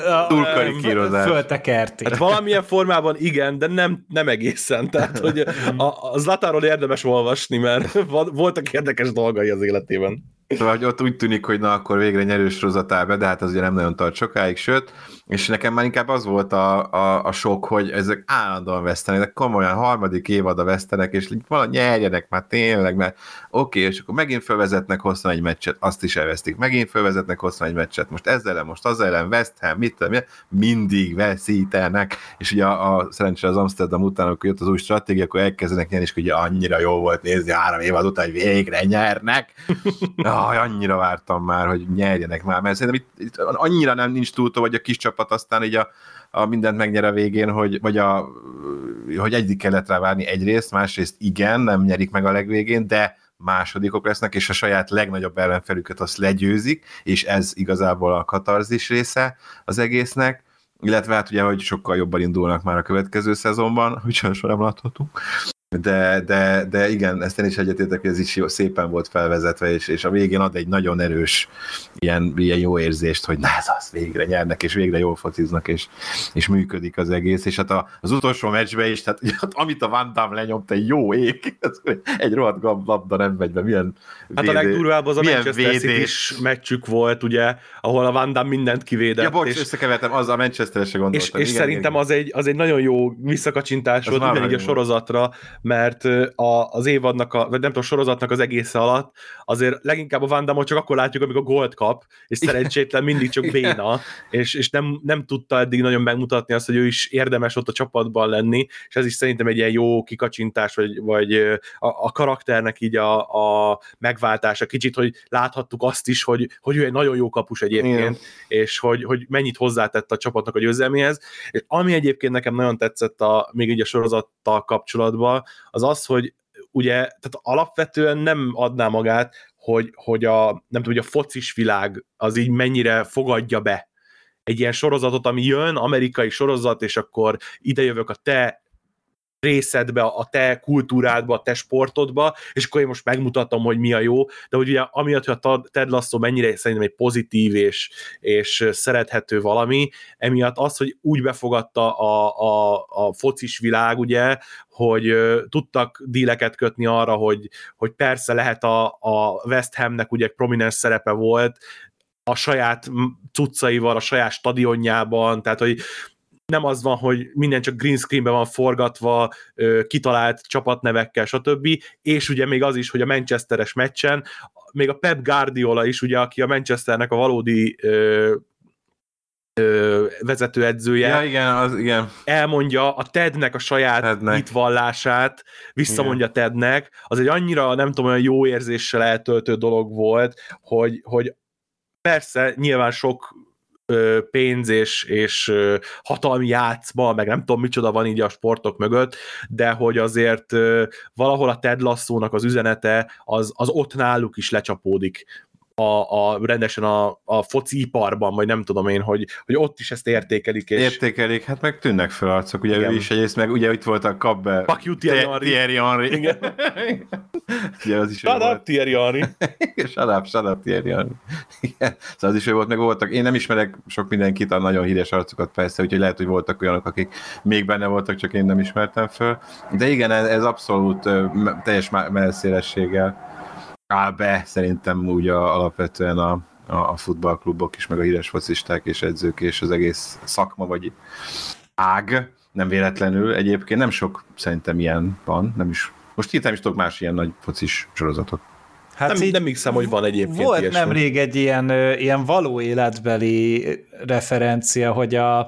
föltekerti. Hát valamilyen formában igen, de nem egészen. Tehát, hogy a Zlatanról érdemes olvasni, mert voltak érdekes dolgai az életében. Szóval, hogy ott úgy tűnik, hogy na, akkor végre nyerős sorozat áll be, de hát az ugye nem nagyon tart sokáig, sőt, és nekem már inkább az volt a sok, hogy ezek állandóan vesztenek, de komolyan harmadik évad a vesztenek, és valahogy nyerjenek már tényleg, mert oké, és akkor megint felvezetnek hosszan egy meccset, azt is elvesztik, megint felvezetnek hosszan egy meccset, most ezzel ellen, most az ellen, West Ham, mindig veszítenek, és ugye szerencsére az Amsterdam után, amikor jött az új stratégia, akkor elkezdenek nyerni, és ugye annyira jó volt nézni 3 évad után, hogy végre nyernek. Annyira vártam már, hogy nyerjenek már, mert szerintem itt annyira nincs túltó, vagy a kis csapat aztán így a mindent megnyer a végén, hogy egyik kellett rá várni egyrészt, másrészt igen, nem nyerik meg a legvégén, de másodikok lesznek, és a saját legnagyobb ellenfelüket azt legyőzik, és ez igazából a katarzis része az egésznek. illetve hát ugye, hogy sokkal jobban indulnak már a következő szezonban, hogy sajnos nem láthatunk. De igen, ezt én is egyetértek, hogy ez is szépen volt felvezetve, és a végén ad egy nagyon erős ilyen jó érzést, hogy na ez az, végre nyernek, és végre jól fociznak, és működik az egész, és hát az utolsó meccsben is, tehát amit a Van Damme lenyomt, egy jó ég, egy rohadt labda nem megy be, milyen hát a legdurvább az a Manchester City-s meccsük volt, ugye, ahol a Van Damme mindent kivédett. Ja, bocs, összekevertem, az a Manchester-esre gondoltam. És igen, szerintem az egy nagyon jó visszakacsintás volt, ugyanígy a sorozatra, mert az évadnak, vagy nem tudom, a sorozatnak az egésze alatt azért leginkább a Van Damme-ot csak akkor látjuk, amikor gólt kap, és szerencsétlen mindig csak béna, és nem tudta eddig nagyon megmutatni azt, hogy ő is érdemes ott a csapatban lenni, és ez is szerintem egy ilyen jó kikacsintás, vagy a karakternek így a megváltása kicsit, hogy láthattuk azt is, hogy ő egy nagyon jó kapus egyébként, igen. És hogy mennyit hozzátett a csapatnak a győzelméhez, és ami egyébként nekem nagyon tetszett még így a sorozattal kapcsolatban, az, hogy ugye, tehát alapvetően nem adná magát, hogy nem tudom, hogy a focis világ az így mennyire fogadja be egy ilyen sorozatot, ami jön, amerikai sorozat, és akkor idejövök a te részedbe, a te kultúrádba, a te sportodba, és akkor én most megmutatom, hogy mi a jó, de hogy ugye amiatt, hogy a Ted Lasso mennyire szerintem egy pozitív és szerethető valami, emiatt az, hogy úgy befogadta a focis világ, ugye, hogy tudtak díleket kötni arra, hogy persze lehet a West Hamnek ugye prominens szerepe volt, a saját cuccaival, a saját stadionjában, tehát, hogy nem az van, hogy minden csak green screenben van forgatva, kitalált csapatnevekkel, stb. És ugye még az is, hogy a Manchesteres meccsen, még a Pep Guardiola is, ugye, aki a Manchesternek a valódi vezetőedzője, ja, igen. elmondja a Tednek a saját hitvallását, visszamondja Tednek, az egy annyira, nem tudom, olyan jó érzéssel eltöltő dolog volt, hogy persze nyilván sok pénz és hatalmi játszma, meg nem tudom micsoda van így a sportok mögött, de hogy azért valahol a Ted Lasso-nak az üzenete az ott náluk is lecsapódik rendesen a fociiparban, vagy nem tudom én, hogy ott is ezt értékelik. Értékelik, hát meg tűnnek fel arcok, ugye igen. Ő is egyrészt, meg ugye itt volt a Kabbe Thierry Henry. Igen. Ugye az is Shut up, Thierry Henry. Shut up, Thierry Henry. Igen. Szóval az is ő volt, meg voltak. Én nem ismerek sok mindenkit, a nagyon híres arcokat persze, úgyhogy lehet, hogy voltak olyanok, akik még benne voltak, csak én nem ismertem föl. De igen, ez abszolút teljes mellszélességgel áll be szerintem úgy alapvetően a futballklubok is, meg a híres focisták és edzők és az egész szakma vagy ág, nem véletlenül. Egyébként nem sok szerintem ilyen van, nem is. Most hirtelen is tudok más ilyen nagy focis sorozatot. Hát nem hiszem, hogy van egyébként volt ilyesmi. Nemrég egy ilyen való életbeli referencia, hogy a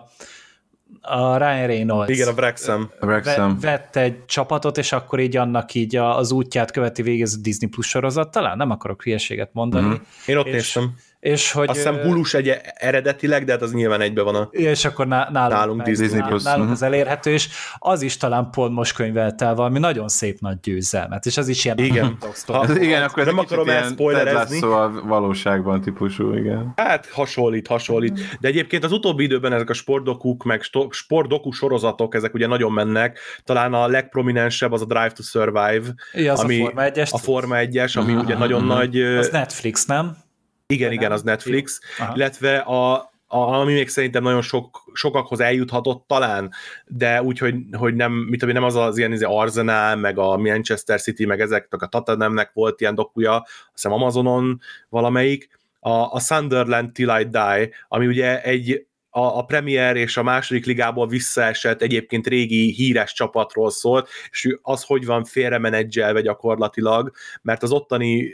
Ryan Reynolds. Igen, a Wrexham. Vett egy csapatot, és akkor így annak így az útját követi végig ez a Disney Plus sorozat, talán nem akarok hülyeséget mondani. Mm-hmm. Én ott néztem. És hogy, azt hiszem Hulus egy eredetileg, de hát az nyilván egybe van és akkor nálunk Disney Plus. Nálunk az elérhető, és az is talán pont most könyvelt el valami nagyon szép nagy győzelmet, és az is ilyen igen. Igen, akkor nem akarom elszpoilerezni. Szóval valóságban típusú, igen. Hát hasonlít. De egyébként az utóbbi időben ezek a sportdokuk, meg sportdoku sorozatok, ezek ugye nagyon mennek. Talán a legprominensebb az a Drive to Survive, ja, ami a Forma 1-es, ami ugye nagyon nagy... Az Netflix, nem? Igen, az Netflix, illetve ami még szerintem nagyon sokakhoz eljuthatott talán, de úgy, hogy nem az ilyen Arsenal, meg a Manchester City, meg ezeknek a Tottenhamnek volt ilyen dokuja, azt hiszem Amazonon valamelyik, a Sunderland Till I Die, ami ugye a Premier és a második ligából visszaesett egyébként régi híres csapatról szólt, és az hogy van félremenedzselve gyakorlatilag, mert az ottani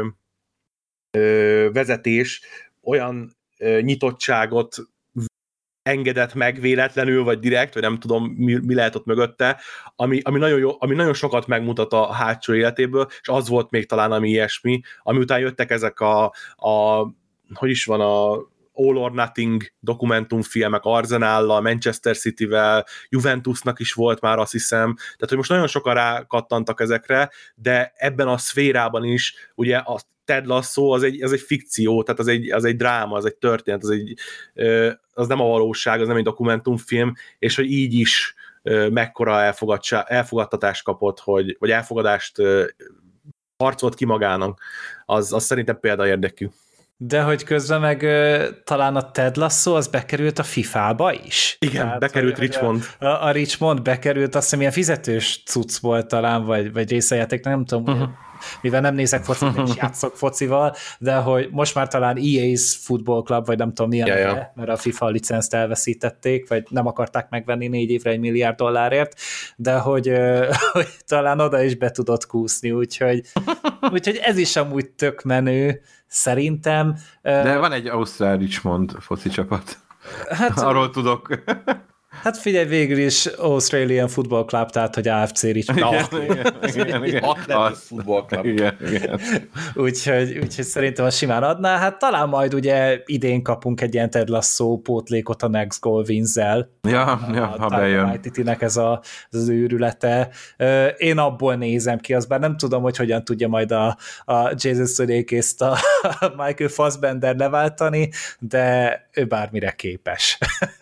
vezetés olyan nyitottságot engedett meg véletlenül, vagy direkt, vagy nem tudom, mi lehet ott mögötte, ami nagyon jó, ami nagyon sokat megmutat a hátsó életéből, és az volt még talán ami ilyesmi, ami után jöttek ezek hogy is van All or Nothing dokumentumfilmek, Arsenállal, Manchester Cityvel, Juventusnak is volt már, azt hiszem, tehát hogy most nagyon sokan rákattantak ezekre, de ebben a szférában is, ugye a Ted Lasso az egy fikció, tehát az egy dráma, az egy történet, az nem a valóság, az nem egy dokumentumfilm, és hogy így is mekkora elfogadtatást kapott, vagy elfogadást harcolt ki magának, az szerintem példaérdekű. De hogy közben meg talán a Ted Lasso az bekerült a FIFA-ba is. Igen, tehát, bekerült Richmond. A Richmond bekerült, azt hiszem ilyen fizetős cucc volt talán, vagy részejáték, nem tudom, mivel nem nézek focit, nem is játszok focival, de hogy most már talán EA's Football Club, vagy nem tudom milyen neve, mert a FIFA licenzt elveszítették, vagy nem akarták megvenni 4 évre $1 milliárd, de hogy talán oda is be tudott kúszni, úgyhogy ez is amúgy tök menő, szerintem. De van egy Ausztrál Richmond foci csapat. Hát, arról tudok. Hát figyelj, végül is Australian Football Club, tehát hogy AFC Richmond. Igen. Football Club. Igen. Úgyhogy szerintem a simán adná. Hát talán majd ugye idén kapunk egy ilyen Ted Lasso pótlékot a Next Goal Wins-zel. Ja, ha bejön. Nek ez az őrülete. Én abból nézem ki, az bár nem tudom, hogy hogyan tudja majd a Jason Sudeikis-t a Michael Fassbender leváltani, de ő bármire képes.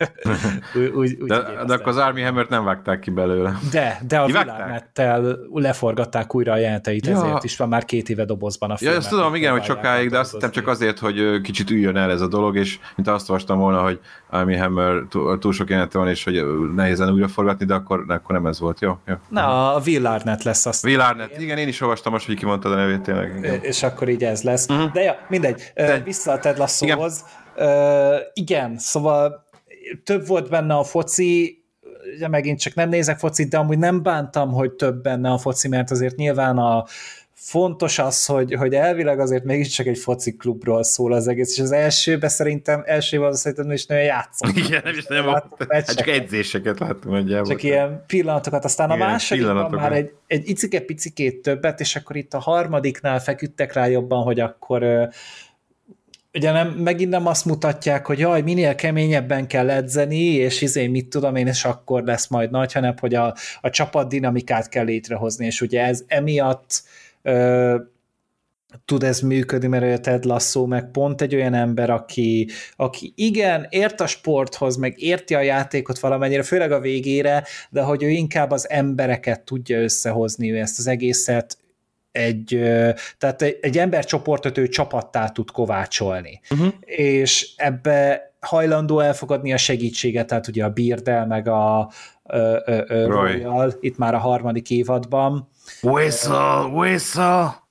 De akkor az Armie Hammert nem vágták ki belőle. De a Villarnettel leforgatták újra a jelenteit, ezért is van már 2 éve dobozban a film. Ja, ezt tudom, igen, hogy sokáig, de azt hittem csak azért, hogy kicsit üljön el ez a dolog, és mint azt olvastam volna, hogy Armie Hammer túl sok jelenete van, és hogy nehézen újra forgatni, de akkor nem ez volt, jó? Na, a Villarnet lesz azt. Villarnet, igen, én is olvastam most, hogy kimondtad a nevét tényleg. Igen. És akkor így ez lesz. De ja, mindegy, vissza a Ted Lasso-hoz. Igen, szóval több volt benne a foci, ugye megint csak nem nézek focit, de amúgy nem bántam, hogy több benne a foci, mert azért nyilván fontos az, hogy elvileg azért mégiscsak egy foci klubról szól az egész, és az elsőben szerintem is nagyon játszom. Igen, nem is nem volt, csak edzéseket láttam nagyjából. Csak ilyen pillanatokat, aztán a másodikban már egy icike-picikét többet, és akkor itt a harmadiknál feküdtek rá jobban, hogy akkor ugye megint nem azt mutatják, hogy jaj, minél keményebben kell edzeni, és mit tudom én, és akkor lesz majd nagy, hanem hogy a csapat dinamikát kell létrehozni, és ugye ez emiatt tud ez működni, mert a Ted Lasso meg pont egy olyan ember, aki igen, ért a sporthoz, meg érti a játékot valamennyire, főleg a végére, de hogy ő inkább az embereket tudja összehozni, ő ezt az egészet tehát egy embercsoportot ő csapattá tud kovácsolni. És ebbe hajlandó elfogadni a segítséget, tehát ugye a Beardel meg a Royal, itt már a 3. évadban. Whistle!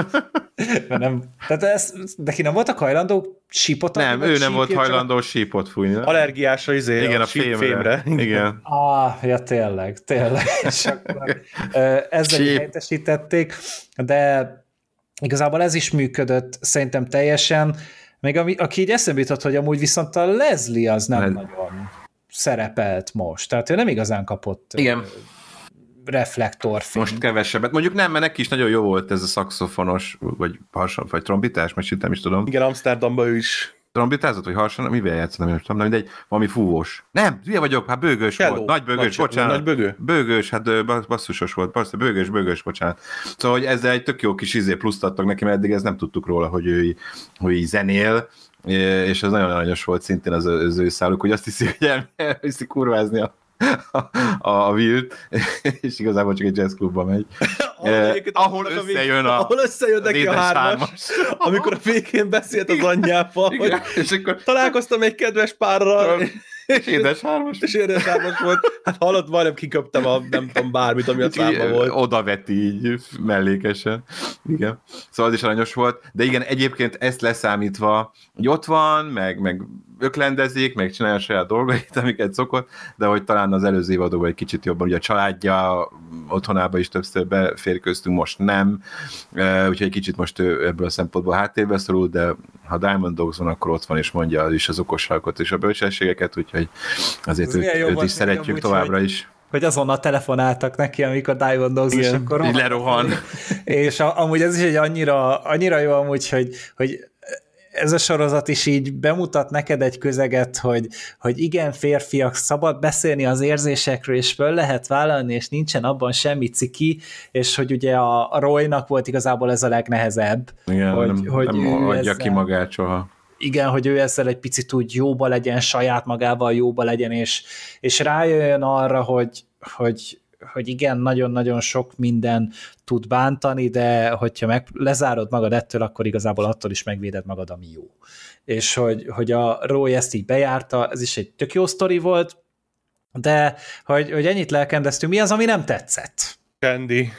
Nem, tehát neki nem voltak hajlandó sípot adni? Nem, ő nem volt hajlandó sípot fújni. Allergiásra igen, a fémre. Igen. Ja, tényleg. És akkor ezzel helyettesítették, de igazából ez is működött szerintem teljesen, még aki így eszembe jutott, hogy amúgy viszont a Leslie az nem nagyon szerepelt most, tehát ő nem igazán kapott reflektorfény. Most kevesebbet. Mondjuk nem, mert neki is nagyon jó volt ez a szaxofonos, vagy trombitás, most nem is tudom. Igen, Amsterdamban ő is. Trombitázott, vagy harsan? Mivel játszottam, nem tudom, mindegy, valami fúvós. Nem, hülye vagyok, hát bőgős volt. Nagy bőgős, bocsánat. Nagy bőgő? Bőgős, hát basszusos volt, persze, bőgős, bocsánat. Szóval, hogy ezzel egy tök jó kis plusz adtak neki, mert eddig ezt nem tudtuk róla, hogy ő így zenél, és ez nagyon aranyos volt szintén az ő száluk, hogy azt hiszi, hogy elviszi kurvázni a Wilt, és igazából csak egy jazzklubba megy. Ahol összejön neki a 3-as, amikor a végén beszélt az anyjával, hogy és akkor találkoztam egy kedves párral, és édes 3-as volt. Hát hallott, majdnem kiköptem nem tudom bármit, ami a számban volt. Odaveti így mellékesen. Igen. Szóval az is aranyos volt. De igen, egyébként ezt leszámítva, hogy ott van, meg öklendezik, meg csinálja a saját dolgait, amiket szokott, de hogy talán az előző évadokban egy kicsit jobban, ugye a családja otthonába is többször beférkőztünk, most nem, úgyhogy egy kicsit most ő ebből a szempontból háttérbe szorul, de ha Diamond Dogs van, akkor ott van és mondja is az okosságot és a bölcsességeket, úgyhogy azért őt is szeretjük továbbra is. Hogy azonnal telefonáltak neki, amikor Diamond Dogs, és akkor lerohan. És amúgy ez is egy annyira jó amúgy, hogy ez a sorozat is így bemutat neked egy közeget, hogy igen, férfiak, szabad beszélni az érzésekről, és föl lehet vállalni, és nincsen abban semmi ciki, és hogy ugye a Roynak volt igazából ez a legnehezebb. Igen, hogy nem adja ki magát soha. Igen, hogy ő ezzel egy picit úgy jóba legyen, saját magával jóba legyen, és rájöjjön arra, hogy igen, nagyon-nagyon sok minden tud bántani, de hogyha lezárod magad ettől, akkor igazából attól is megvéded magad, ami jó. És hogy a Roy ezt így bejárta, ez is egy tök jó sztori volt, de hogy ennyit lelkendeztünk, mi az, ami nem tetszett? Candy.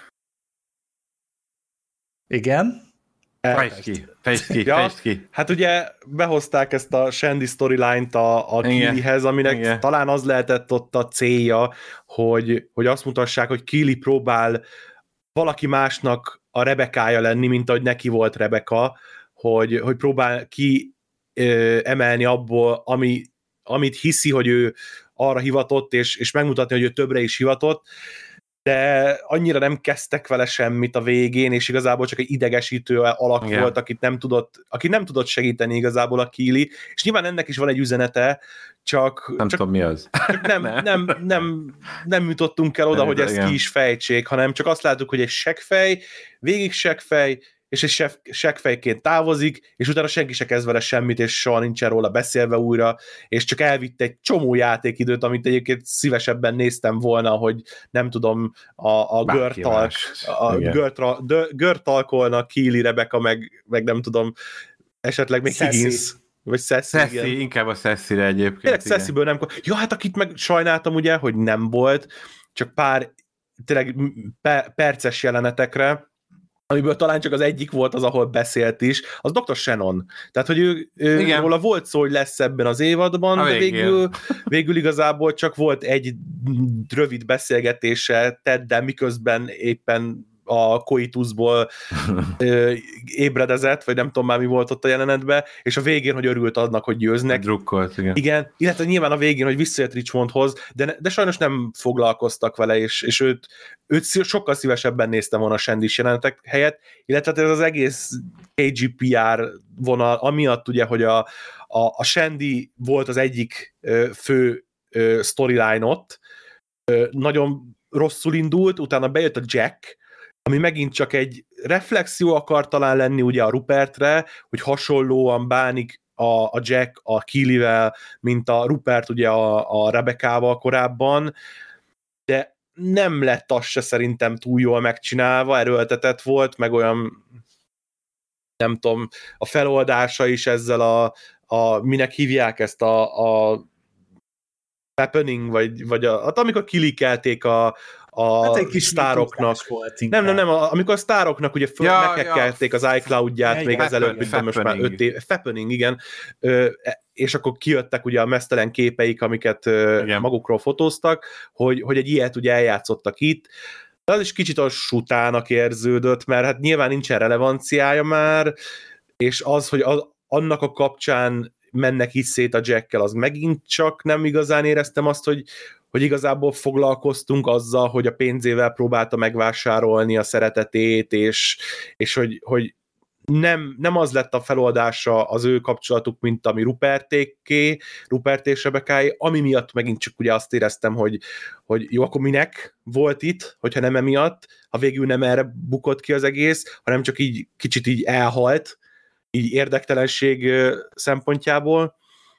Igen? Fejtsd ki. Hát ugye behozták ezt a Shandy storyline-t a Keelyhez, aminek igen. Talán az lehetett ott a célja, hogy azt mutassák, hogy Keely próbál valaki másnak a Rebekája lenni, mint ahogy neki volt Rebeka, hogy próbál emelni abból, amit hiszi, hogy ő arra hivatott, és megmutatni, hogy ő többre is hivatott, de annyira nem kezdtek vele semmit a végén, és igazából csak egy idegesítő alak volt, akit nem tudott segíteni igazából a Keely, és nyilván ennek is van egy üzenete, csak tudom mi az. Csak nem jutottunk el oda, hogy ezt ki is fejtsék, hanem csak azt látjuk, hogy egy seggfej, végig seggfej, és egy seggfejként távozik, és utána senki se kezd vele semmit, és soha nincsen róla beszélve újra, és csak elvitt egy csomó játékidőt, amit egyébként szívesebben néztem volna, hogy nem tudom, a Görtalkolna Keely, Rebecca, meg nem tudom, esetleg még Higgins. Vagy Sassy, inkább a Sassy-re egyébként. Tényleg Sassy-ből nem... Ja, hát akit meg sajnáltam ugye, hogy nem volt, csak pár tényleg perces jelenetekre, amiből talán csak az egyik volt az, ahol beszélt is, az Dr. Shannon. Tehát, hogy ő róla volt szó, hogy lesz ebben az évadban, de végül igazából csak volt egy rövid beszélgetése Teddel, miközben éppen a koituszból ébredezett, vagy nem tudom már mi volt ott a jelenetben, és a végén, hogy örült annak, hogy győznek. Drukkolt, igen. Igen, illetve nyilván a végén, hogy visszajött Richmondhoz, de sajnos nem foglalkoztak vele, és őt sokkal szívesebben néztem volna a Shandy-s jelenetek helyett, illetve ez az egész KGPR vonal, amiatt ugye, hogy a Shandy volt az egyik fő storyline ott, nagyon rosszul indult, utána bejött a Jack, ami megint csak egy reflexió akar talán lenni ugye a Rupertre, hogy hasonlóan bánik a Jack a Keelyvel, mint a Rupert ugye a Rebekával korábban, de nem lett az se szerintem túl jól megcsinálva, erőltetett volt, meg olyan nem tudom, a feloldása is ezzel minek hívják ezt a happening, vagy amikor kilikelték a sztároknak. Nem, amikor a sztároknak ugye meghekkelték az iCloud-ját még ezelőtt, mint most már 5 év. Fappening, igen. És akkor kijöttek ugye a meztelen képeik, amiket magukról fotóztak, hogy egy ilyet ugye eljátszottak itt. Az is kicsit a sutának érződött, mert hát nyilván nincsen relevanciája már, és az, hogy annak a kapcsán mennek így szét a Jackkel, az megint csak nem igazán éreztem azt, hogy igazából foglalkoztunk azzal, hogy a pénzével próbálta megvásárolni a szeretetét, és hogy nem az lett a feloldása az ő kapcsolatuk, mint ami Rupert és Rebekáé, ami miatt megint csak ugye azt éreztem, hogy jó, akkor minek volt itt, hogyha nem emiatt, ha végül nem erre bukott ki az egész, hanem csak így kicsit így elhalt, így érdektelenség szempontjából,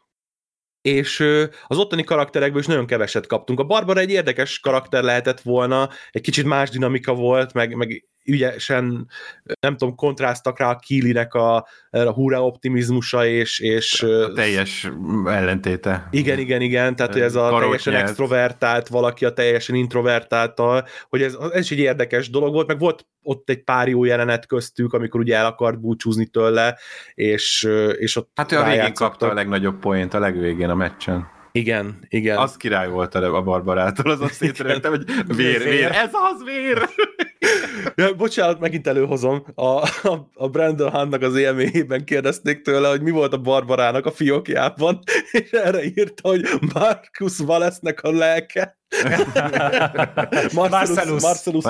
és az ottani karakterekből is nagyon keveset kaptunk. A Barbara egy érdekes karakter lehetett volna, egy kicsit más dinamika volt, meg ügyesen, nem tudom, kontráztak rá a Keelynek a hurrá optimizmusa, és a teljes ellentéte. Igen, tehát hogy ez a teljesen extrovertált valaki a teljesen introvertáltal, hogy ez is egy érdekes dolog volt, meg volt ott egy pár jó jelenet köztük, amikor ugye el akart búcsúzni tőle, és ott hát ő a végén kapta a legnagyobb poént, a legvégén a meccsen. Igen. Az király volt a Barbarától, azon szétrögtem, hogy vér, ez az vér! Ja, bocsánat, megint előhozom. A Brandon Huntnak az élményében kérdezték tőle, hogy mi volt a Barbarának a fiókjában, és erre írta, hogy Marcus Wallace-nek a lelke. Marcellus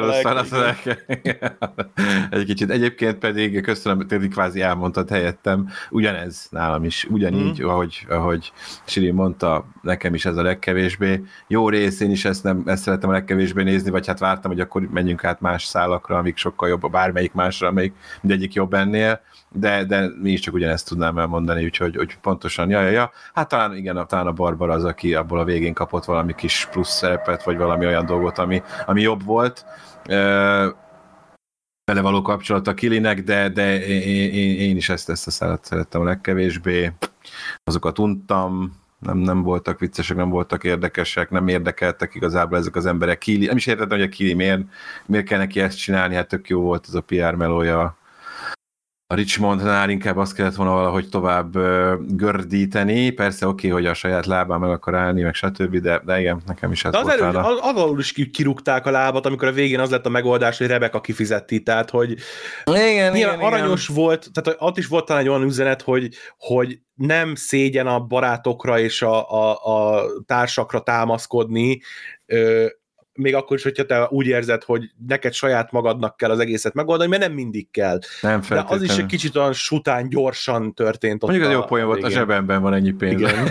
egy kicsit. Egyébként pedig köszönöm, hogy kvázi elmondtad helyettem, ugyanez nálam is, ugyanígy, ahogy Siri mondta, nekem is ez a legkevésbé. Jó rész, én is ezt szeretem a legkevésbé nézni, vagy hát vártam, hogy akkor menjünk át más szálakra, amik sokkal jobb, bármelyik másra, amelyik mindegyik jobb ennél, de mi is csak ugyanezt tudnám elmondani, úgyhogy pontosan, ja. Hát talán a Barbara az, aki abból a végén kapott valami kis plusz szerepet, vagy valami olyan dolgot, ami jobb volt. Vele való kapcsolat a Kilinek, de én is ezt a szálat szerettem a legkevésbé. Azokat untam, nem voltak viccesek, nem voltak érdekesek, nem érdekeltek igazából ezek az emberek. Kili, nem is értettem, hogy a Kili miért kell neki ezt csinálni, hát tök jó volt ez a PR melója. A Richmondnál inkább azt kellett volna valahogy tovább gördíteni. Persze oké, hogy a saját lábán meg akar állni, meg stb., de igen, nekem is ez volt nála. Azon is kirúgták a lábat, amikor a végén az lett a megoldás, hogy Rebecca kifizeti, tehát hogy igen, aranyos volt, tehát ott is volt talán egy olyan üzenet, hogy nem szégyen a barátokra és a társakra támaszkodni, még akkor is, hogyha te úgy érzed, hogy neked saját magadnak kell az egészet megoldani, mert nem mindig kell. Nem de az is egy kicsit olyan sután, gyorsan történt. Mondjuk az jó poén volt, a zsebemben van ennyi pénz. Igen.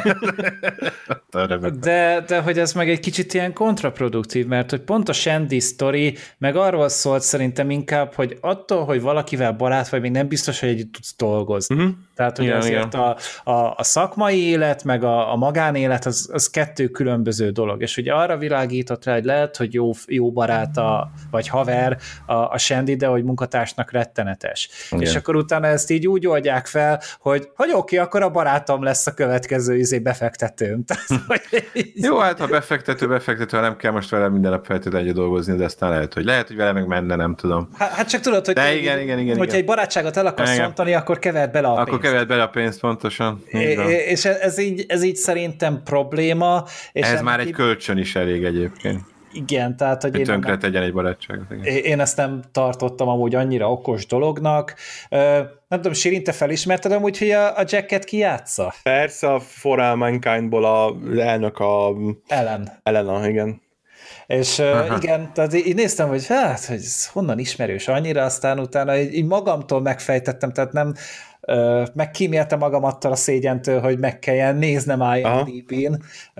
de hogy ez meg egy kicsit ilyen kontraproduktív, mert hogy pont a Shandy sztori meg arról szólt szerintem inkább, hogy attól, hogy valakivel barát vagy, még nem biztos, hogy együtt tudsz dolgozni. Uh-huh. Tehát, hogy azért a szakmai élet, meg a magánélet, az kettő különböző dolog. És ugye arra világított rá, hogy lehet, hogy jó baráta, vagy haver a Shandy, de hogy munkatársnak rettenetes. Igen. És akkor utána ezt így úgy oldják fel, hogy oké, akkor a barátom lesz a következő befektetőm. Jó, hát ha befektető, ha nem kell most vele minden nap feltétlenül együtt dolgozni, de aztán lehet, hogy vele meg menne, nem tudom. Hát csak tudod, hogy hogyha egy barátságot el akarsz szontani, akkor keverd bele a pénzt. Akkor keverd bele a pénzt, pontosan. És ez így szerintem probléma. És ez már egy kölcsön is elég egyébként. Igen, tehát, hogy tönkre tegyen egy barátságot. Én ezt nem tartottam amúgy annyira okos dolognak. Nem tudom, Sirin, te felismerted amúgy, hogy a Jacket ki játsza? Persze, a For All Mankindból az elnök a... Ellen, igen. És igen, tehát így néztem, hogy hogy ez honnan ismerős annyira, aztán utána így magamtól megfejtettem, tehát nem megkíméltem magam attól a szégyentől, hogy meg kelljen néznem IMDb-n.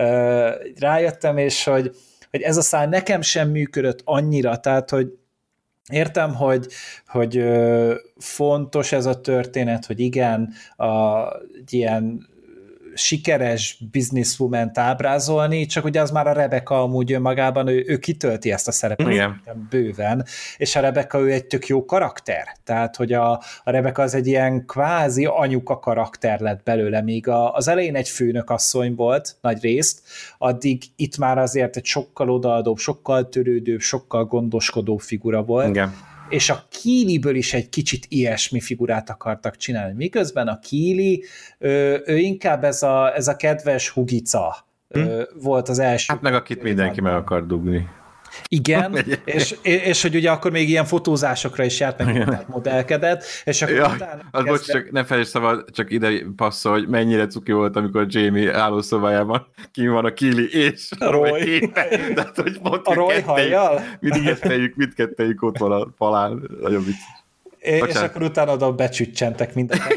Rájöttem, és hogy ez a szál nekem sem működött annyira, tehát, hogy értem, hogy fontos ez a történet, hogy igen, egy ilyen sikeres businesswoman-t ábrázolni, csak ugye az már a Rebecca amúgy önmagában, ő kitölti ezt a szerepet bőven, és a Rebecca ő egy tök jó karakter, tehát hogy a Rebecca az egy ilyen kvázi anyuka karakter lett belőle, míg az elején egy főnökasszony volt nagy részt, addig itt már azért egy sokkal odaadóbb, sokkal törődőbb, sokkal gondoskodóbb figura volt. Igen. És a Keelyből is egy kicsit ilyesmi figurát akartak csinálni. Miközben a Keely, ő inkább ez a kedves hugica volt az első. Hát meg akit mindenki meg akar dugni. Igen, és hogy ugye akkor még ilyen fotózásokra is járt, meg modellkedett, és akkor utána bocs, csak ne felejtsd szabad, csak ide passzol, hogy mennyire cuki volt, amikor Jamie állószobájában kim van a Keely és a Roy. De hogy pont a Roy hajjal? Mindkettejük ott van a falán, nagyon vicc. És akkor utána oda becsüccsentek mindenketten.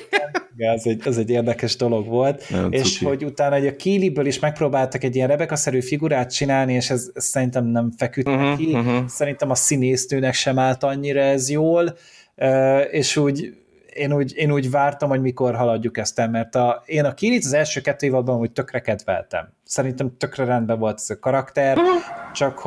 Ez egy érdekes dolog volt, nem, és cuki. Hogy utána a Keelyből is megpróbáltak egy ilyen Rebecca-szerű figurát csinálni, és ez szerintem nem feküdt neki, szerintem a színésznőnek sem állt annyira ez jól, és én úgy vártam, hogy mikor haladjuk ezt el, mert én a Keelyt az első 2 évadban úgy tökre kedveltem. Szerintem tökre rendben volt ez a karakter, csak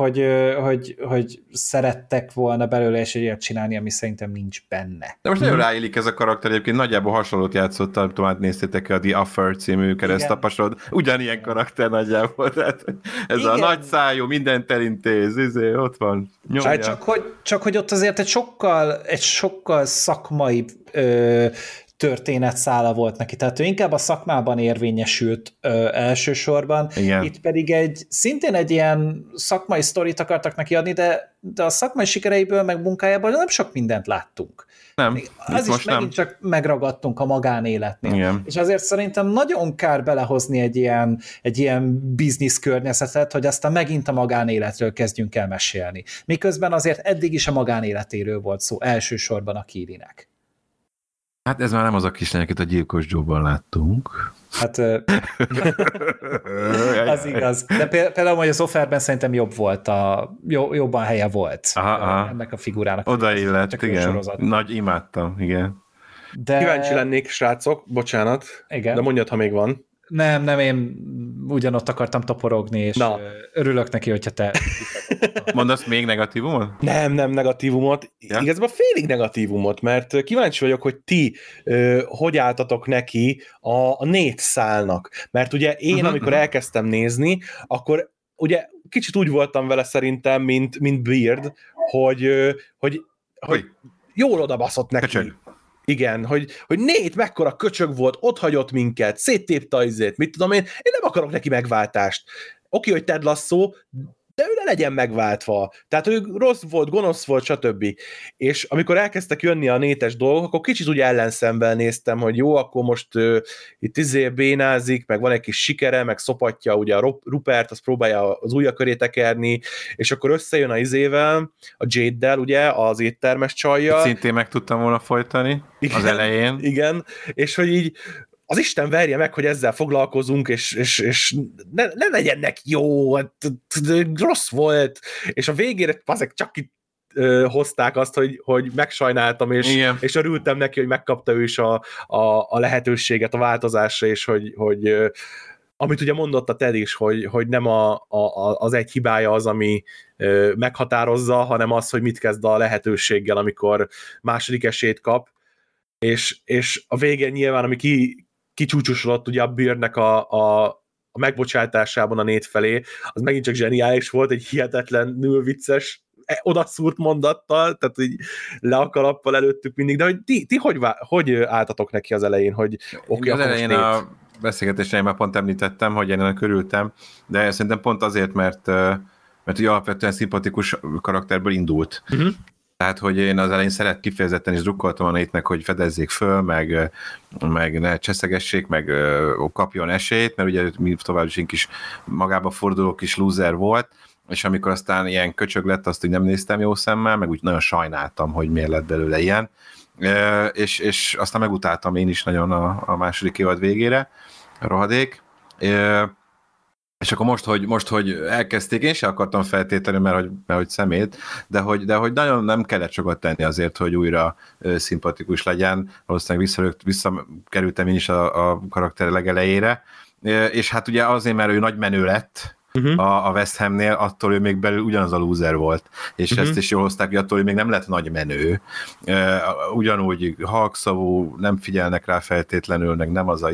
hogy szerettek volna belőle és egy ilyet csinálni, ami szerintem nincs benne. De most nagyon ráillik ez a karakter, egyébként nagyjából hasonlót játszott, tovább néztétek a The Offer című keresztapasorod, ugyanilyen karakter nagyjából, tehát ez igen. A nagy szájú, mindent elintéz, ott van, nyomja. Csak hogy ott azért egy sokkal szakmai történetszála volt neki, tehát ő inkább a szakmában érvényesült elsősorban. Igen. Itt pedig szintén egy ilyen szakmai sztorit akartak neki adni, de a szakmai sikereiből, meg munkájából nem sok mindent láttunk. Nem. Az is megint csak megragadtunk a magánéletnél. Igen. És azért szerintem nagyon kár belehozni egy ilyen biznisz környezetet, hogy aztán megint a magánéletről kezdjünk el mesélni. Miközben azért eddig is a magánéletéről volt szó, elsősorban a Keelynek. Hát ez már nem az a kislány, akit a Gyilkos Joe-ban láttunk. Hát az igaz. De például, hogy az Offerben szerintem jobb volt, jobban helye volt ennek a figurának. Odaillett, igen. Nagy imádtam, igen. De... Kíváncsi lennék, srácok, bocsánat, igen. De mondjad, ha még van. Nem, én ugyanott akartam toporogni, és örülök neki, hogyha te... Mondasz még negatívumot? Nem negatívumot. Ja? Igazából félig negatívumot, mert kíváncsi vagyok, hogy ti hogy álltatok neki a négyszálnak. Mert ugye én, amikor elkezdtem nézni, akkor ugye kicsit úgy voltam vele szerintem, mint Beard, hogy jól odabaszott neki. Köcsög. Igen, hogy Nate mekkora köcsög volt, ott hagyott minket, széttépte a izét, mit tudom én nem akarok neki megváltást. Oké, hogy Ted Lasso, de ő ne legyen megváltva. Tehát ő rossz volt, gonosz volt, stb. És amikor elkezdtek jönni a nétes dolgok, akkor kicsit úgy ellenszemvel néztem, hogy jó, akkor most itt bénázik, meg van egy kis sikere, meg szopatja ugye a Rupert, azt próbálja az ujja köré tekerni, és akkor összejön a izével, a Jade-del, ugye, az éttermes csajjal. Szintén meg tudtam volna folytani az elején. Igen, és hogy így az Isten verje meg, hogy ezzel foglalkozunk, és ne legyen neki jó, rossz volt, és a végére azek csak itt hozták azt, hogy megsajnáltam, és örültem neki, hogy megkapta ő is a lehetőséget a változásra, és hogy amit ugye mondott a Ted is, hogy nem az egy hibája az, ami meghatározza, hanem az, hogy mit kezd a lehetőséggel, amikor második esélyt kap, és a végén nyilván, ami kicsúcsosodott ugye a Beardnek a megbocsátásában a Nate felé, az megint csak zseniális volt, egy hihetetlenül vicces, odaszúrt mondattal, tehát így le a kalappal előttük mindig, de hogy ti hogy álltatok neki az elején, hogy oké, az elején a beszélgetésre már pont említettem, hogy én ennek örültem, de szerintem pont azért, mert ugye alapvetően szimpatikus karakterből indult. Tehát, hogy én az elején kifejezetten is drukkoltam a Nate-nek, hogy fedezzék föl, meg ne cseszegessék, meg kapjon esélyt, mert ugye mi tovább is kis magába forduló kis loser volt, és amikor aztán ilyen köcsög lett, azt úgy nem néztem jó szemmel, meg úgy nagyon sajnáltam, hogy miért lett belőle ilyen, és aztán megutáltam én is nagyon a második évad végére, a rohadék, és akkor most, hogy elkezdték, én sem akartam feltétlenül, mert hogy szemét, de hogy nagyon nem kellett sokat tenni azért, hogy újra szimpatikus legyen. Valószínűleg visszakerültem én is a karakter legelejére, és hát ugye azért, mert ő nagy menő lett a West Hamnél, attól ő még belül ugyanaz a loser volt. És ezt is jól hozták, hogy attól ő még nem lett nagy menő. Ugyanúgy halkszavú, nem figyelnek rá feltétlenül, meg nem az a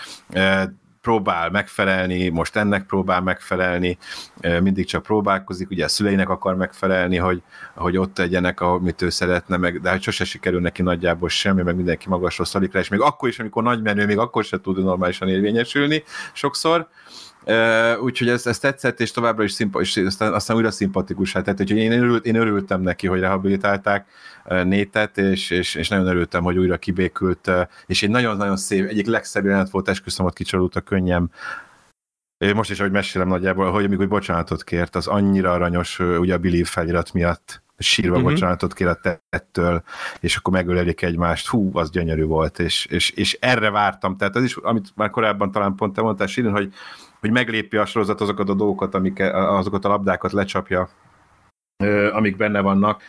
próbál megfelelni, most ennek próbál megfelelni, mindig csak próbálkozik, ugye a szüleinek akar megfelelni, hogy ott tegyenek, amit ő szeretne, de hogy sose sikerül neki nagyjából semmi, meg mindenki magasról szalik rá, és még akkor is, amikor nagy menő, még akkor sem tud normálisan érvényesülni sokszor. Úgyhogy ez tetszett, és továbbra is aztán újra szimpatikus. Tehát, hogy én örültem neki, hogy rehabilitálták Nate-et, és nagyon örültem, hogy újra kibékült, és egy nagyon-nagyon szép, egyik legszebb jelenet volt, esküszöm, ott kicsalult a könnyem. Most is, ahogy mesélem nagyjából, hogy amikor bocsánatot kért, az annyira aranyos, ugye a Believe felirat miatt sírva bocsánatot kér a Tettől, és akkor megölelik egymást. Hú, az gyönyörű volt, és erre vártam. Tehát az is, amit már korábban talán pont te mondtál, Sirin, hogy meglépi a sorozat azokat a dolgokat, azokat a labdákat lecsapja, amik benne vannak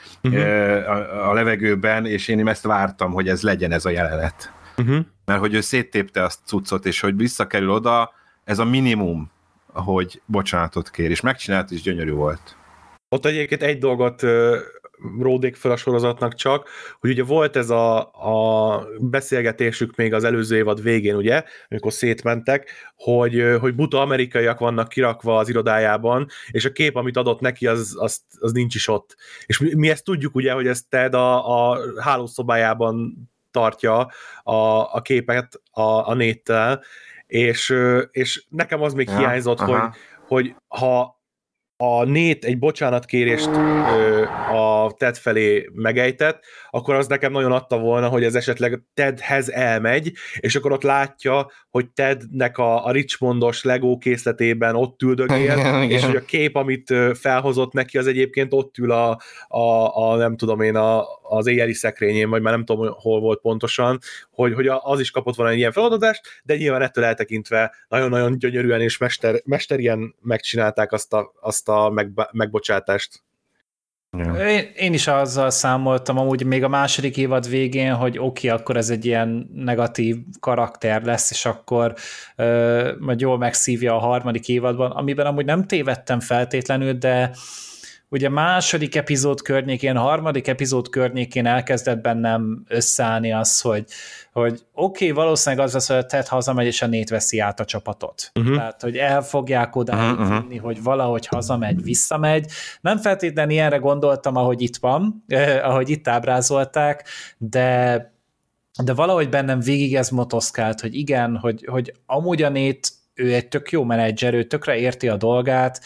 a levegőben, és én ezt vártam, hogy ez legyen ez a jelenet. Mert hogy ő széttépte azt cuccot, és hogy visszakerül oda, ez a minimum, hogy bocsánatot kér, és megcsinált, és gyönyörű volt. Ott egyébként egy dolgot ródék fel a sorozatnak csak, hogy ugye volt ez a beszélgetésük még az előző évad végén, ugye, amikor szétmentek, hogy buta amerikaiak vannak kirakva az irodájában, és a kép, amit adott neki, az nincs is ott. És mi ezt tudjuk ugye, hogy ez Ted a hálószobájában tartja a képet a Nate-tel, és nekem az még hiányzott, hogy ha a Nate egy bocsánatkérést a Ted felé megejtett, akkor az nekem nagyon adta volna, hogy ez esetleg Tedhez elmegy, és akkor ott látja, hogy Tednek a Richmondos Lego készletében ott üldögél, és hogy a kép, amit felhozott neki, az egyébként ott ül a nem tudom én, az éjjeli szekrényén, vagy már nem tudom, hol volt pontosan, hogy az is kapott volna egy ilyen feladatást, de nyilván ettől eltekintve nagyon-nagyon gyönyörűen és mesterien megcsinálták azt a megbocsátást. Ja. Én is azzal számoltam amúgy még a második évad végén, hogy oké, akkor ez egy ilyen negatív karakter lesz, és akkor majd jól megszívja a harmadik évadban, amiben amúgy nem tévedtem feltétlenül, de ugye második epizód környékén, harmadik epizód környékén elkezdett bennem összeállni az, hogy oké, valószínűleg az lesz, hogy a Ted hazamegy, és a Nate veszi át a csapatot. Tehát, hogy el fogják oda vinni, hogy valahogy hazamegy, visszamegy. Nem feltétlenül ilyenre gondoltam, ahogy itt van, ahogy itt ábrázolták, de valahogy bennem végig ez motoszkált, hogy igen, hogy amúgy a Nate, ő egy tök jó menedzser, ő tökre érti a dolgát,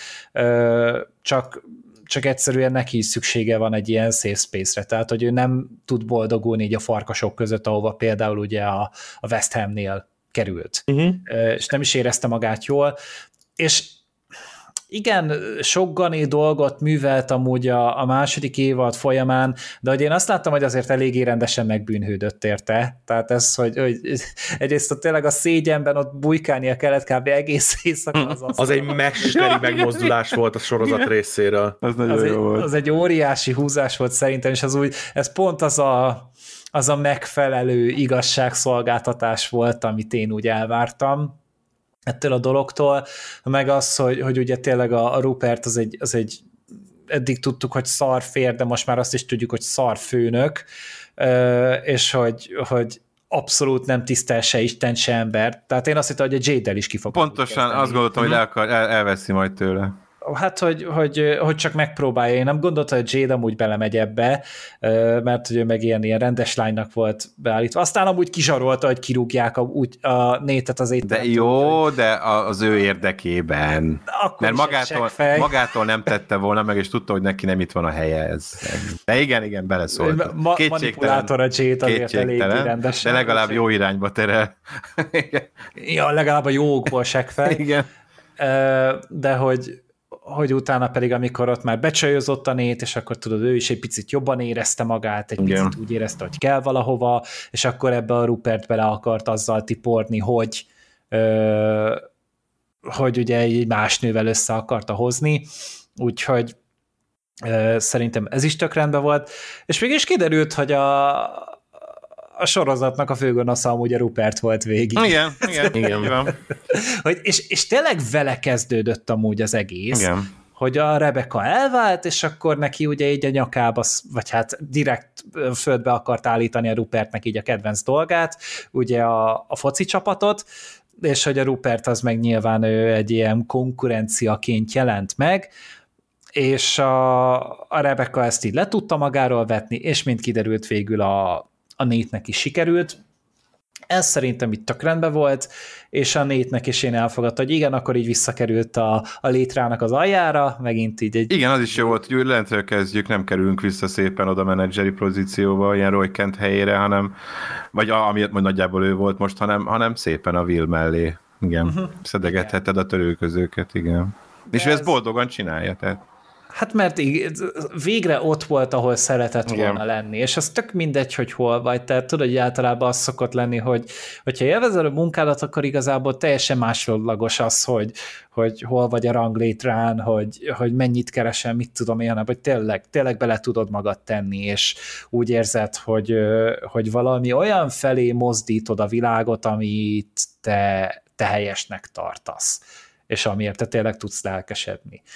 csak egyszerűen neki is szüksége van egy ilyen safe space-re, tehát hogy ő nem tud boldogulni így a farkasok között, ahova például ugye a West Hamnél került. És nem is érezte magát jól, és igen, sok Gané dolgot művelt amúgy a második évad folyamán, de hogy én azt láttam, hogy azért eléggé rendesen megbűnhődött érte. Tehát ez, hogy egyrészt tényleg a szégyenben ott bujkálnia kellett kb. Egész éjszaka az egy mesteri megmozdulás volt a sorozat részéről. Az nagyon jó volt. Az egy óriási húzás volt szerintem, és ez pont az a megfelelő igazságszolgáltatás volt, amit én úgy elvártam ettől a dologtól, meg az, hogy ugye tényleg a Rupert az egy eddig tudtuk, hogy szarfér, de most már azt is tudjuk, hogy szarfőnök, és hogy abszolút nem tisztel se Isten, se ember. Tehát én azt hittem, hogy a Jade-del is ki fog. Pontosan azt gondoltam, hogy elveszi majd tőle. Hát, hogy csak megpróbálja. Én nem gondoltam, hogy Jade amúgy belemegy ebbe, mert hogy ő meg ilyen rendes lánynak volt beállítva. Aztán amúgy kizsarolta, hogy kirúgják a Nate-et az étteremtől. De jó, de az ő érdekében. Mert magától nem tette volna meg, és tudta, hogy neki nem itt van a helye. De igen, beleszólt. Manipulátor a Jade azért eléggé rendesen. De legalább jó irányba terel. Ja, legalább a jókból seggfej. Igen. De hogy utána pedig, amikor ott már becsajozott a Nate, és akkor tudod, ő is egy picit jobban érezte magát, egy picit úgy érezte, hogy kell valahova, és akkor ebbe a Rupert bele akart azzal tiporni, hogy ugye egy más nővel össze akarta hozni, úgyhogy szerintem ez is tök rendben volt, és mégis kiderült, hogy a sorozatnak a főgonosza amúgy a Rupert volt végig. Igen. és tényleg vele kezdődött amúgy az egész, igen. Hogy a Rebecca elvált, és akkor neki ugye így a nyakába, vagy hát direkt földbe akart állítani a Rupertnek így a kedvenc dolgát, ugye a foci csapatot, és hogy a Rupert az meg nyilván ő egy ilyen konkurenciaként jelent meg, és a Rebecca ezt így le tudta magáról vetni, és mint kiderült végül a Nate-nek is sikerült. Ez szerintem itt tök rendben volt, és a Nate-nek is én elfogadta, hogy igen, akkor így visszakerült a létrának az aljára, megint így egy... Igen, az is jó volt, hogy lentről kezdjük, nem kerülünk vissza szépen oda menedzseri pozícióba, ilyen Roy Kent helyére, hanem, vagy amiatt majd nagyjából ő volt most, hanem szépen a Will mellé. Igen, szedegetheted a törőközőket, igen. És ő ezt boldogan csinálja, tehát. Hát mert végre ott volt, ahol szeretett volna lenni, és az tök mindegy, hogy hol vagy, tehát tudod, hogy általában az szokott lenni, hogyha élvezed a munkádat, akkor igazából teljesen másodlagos az, hogy hol vagy a ranglétrán, hogy mennyit keresel, mit tudom én, hanem hogy tényleg bele tudod magad tenni, és úgy érzed, hogy valami olyan felé mozdítod a világot, amit te helyesnek tartasz, és amiért te tényleg tudsz lelkesedni.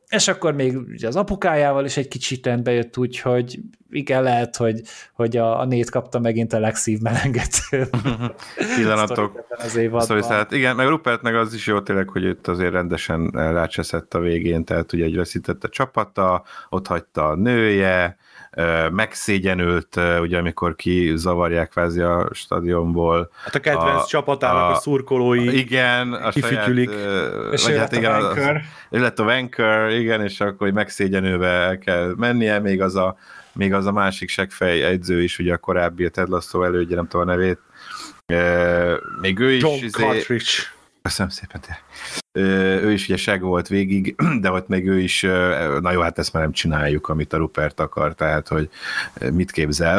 És akkor még ugye az apukájával is egy kicsit rendbe jött, úgyhogy igen, lehet, hogy a Nate kapta megint a legszívmelengetőbb pillanatok. Hát igen, meg Rupertnek az is jó tényleg, hogy itt azért rendesen rácseszett a végén, tehát ugye egy veszített a csapata, ott hagyta a nője, megszégyenült, ugye amikor kizavarják kvázi a stadionból. Hát a kedvenc csapatának a szurkolói igen, a kifütyülik. És ő lett a Vanker, igen, és akkor megszégyenülve el kell mennie, még az a másik seggfej edző is, ugye a korábbi a Ted Lasso elődje, nem tudom a nevét. Még ő is... John Cartridge. Köszönöm szépen. Ő is ugye seg volt végig, de ott még ő is, na jó, hát ezt már nem csináljuk, amit a Rupert akar, tehát, hogy mit képzel.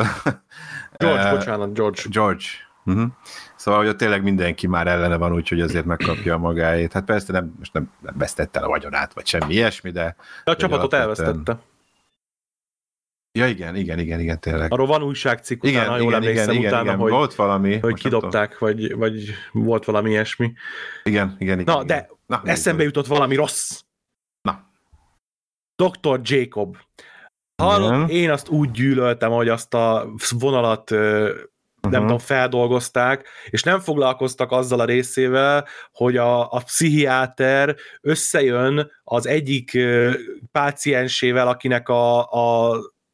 George. Uh-huh. Szóval, hogy ott tényleg mindenki már ellene van, úgyhogy azért megkapja a magáét. Hát persze most nem vesztette el a vagyonát, vagy semmi ilyesmi, de a csapatot elvesztette. Ja, igen, tényleg. Arról van újságcikk utána, jól emlékszem utána, hogy, volt valami, hogy kidobták, vagy volt valami ilyesmi. Igen. De eszembe jutott valami rossz. Na. Dr. Jacob. Hallod, én azt úgy gyűlöltem, hogy azt a vonalat nem tudom, feldolgozták, és nem foglalkoztak azzal a részével, hogy a pszichiáter összejön az egyik páciensével, akinek a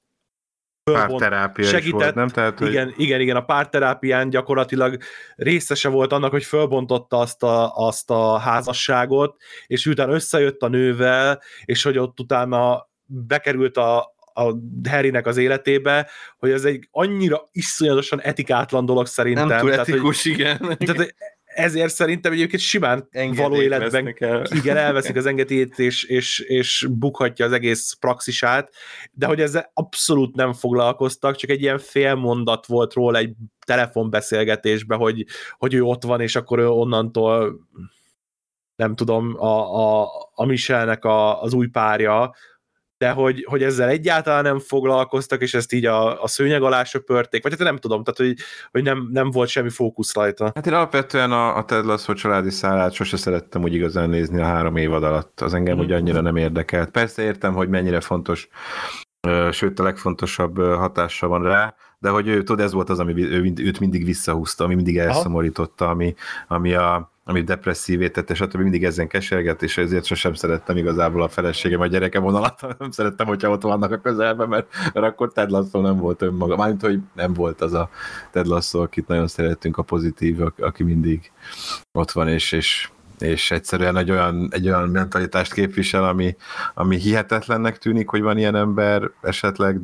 párterápia segített, is volt, nem? Tehát, igen, a párterápián gyakorlatilag részese volt annak, hogy fölbontotta azt a házasságot, és utána összejött a nővel, és hogy ott utána bekerült a Harrynek az életébe, hogy ez egy annyira iszonyatosan etikátlan dolog szerintem. Nem túl etikus, igen. Tehát ezért szerintem egyébként simán való életben igen, elveszik az engedélyt, és bukhatja az egész praxisát, de hogy ezzel abszolút nem foglalkoztak, csak egy ilyen félmondat volt róla egy telefonbeszélgetésben, hogy ő ott van, és akkor ő onnantól nem tudom, a Michelnek az új párja, de hogy ezzel egyáltalán nem foglalkoztak, és ezt így a szőnyeg alá söpörték, vagy hát nem tudom, tehát hogy nem volt semmi fókusz rajta. Hát én alapvetően a Ted Lasso családi szálát sose szerettem úgy igazán nézni a 3 évad alatt. Az engem úgy annyira nem érdekelt. Persze értem, hogy mennyire fontos, sőt a legfontosabb hatása van rá, de hogy ez volt az, ami őt mindig visszahúzta, ami mindig elszomorította, ami depresszívé tette, stb. Mindig ezen keserget, és ezért sosem szerettem igazából a feleségem, a gyereke vonalat, nem szerettem, hogyha ott vannak a közelben, mert akkor Ted Lasso nem volt önmaga. Mármint, hogy nem volt az a Ted Lasso, akit nagyon szerettünk, a pozitív, aki mindig ott van, és egyszerűen egy olyan mentalitást képvisel, ami hihetetlennek tűnik, hogy van ilyen ember esetleg,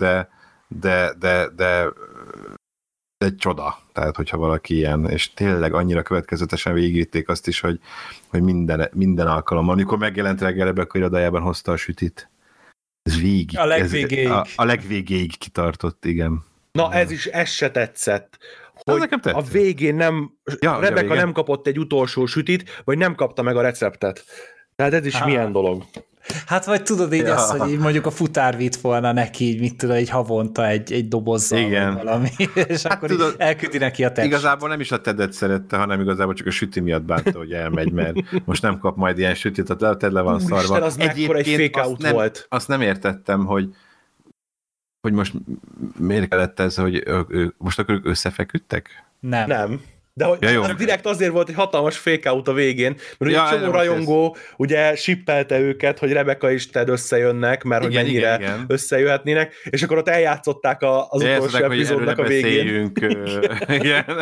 de egy csoda, tehát hogyha valaki ilyen, és tényleg annyira következetesen végigvitték azt is, hogy minden alkalommal, amikor megjelent reggel Rebecca irodájában hozta a sütit. Ez végig. A legvégéig. A legvégéig kitartott, igen. Na ez se tetszett. Hogy a végén Rebecca nem kapott egy utolsó sütit, vagy nem kapta meg a receptet. Tehát ez is milyen dolog. Hát vagy tudod így azt, hogy így mondjuk a futár vitt volna neki, így mit tudod, egy havonta egy dobozzal, igen, valami, és hát akkor tudod, elküldi neki a tepsit. Igazából nem is a Tedet szerette, hanem igazából csak a süti miatt bánta, hogy elmegy, mert most nem kap majd ilyen sütit, a Ted le van szarva. Az egyébként egy fake out volt. Azt nem értettem, hogy most miért kellett ez, hogy most akkor ők összefeküdtek? Nem. De hogy direkt azért volt egy hatalmas fake out a végén, mert ugye csomó rajongó ugye sippelte őket, hogy Rebecca és Ted összejönnek, mert igen, hogy mennyire igen. összejöhetnének, és akkor ott eljátszották az utolsó epizódnak a végén. Igen.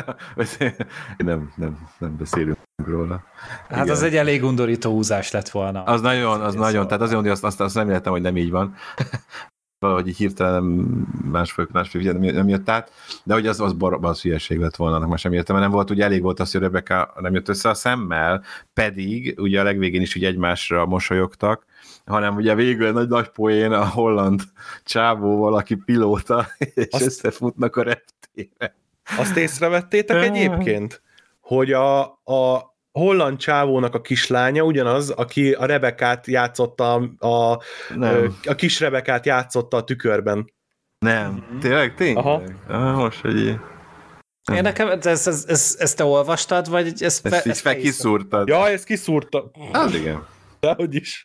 Nem beszélünk róla. Hát igen. Az egy elég undorító húzás lett volna. Az nagyon, tehát azért mondja, azt nem értem, hogy nem így van. Valahogy így hirtelen másfél nem jött át, de hogy az hülyeség lett volna, annak már sem értem, mert nem volt, ugye elég volt az, hogy Rebecca nem jött össze a szemmel, pedig ugye a legvégén is ugye egymásra mosolyogtak, hanem ugye végül egy nagy poén a holland csávóval, aki pilóta, és összefutnak a reptére. Azt észrevettétek egyébként, hogy a holland csávónak a kislánya ugyanaz, aki a Rebeccát játszotta, a kis Rebeccát játszotta a Tükörben. Nem. Tényleg? Aha. Most, hogy én nekem, ezt te olvastad, vagy ezt kiszúrtad? Ja, ezt kiszúrta. Hát igen. dehogy is.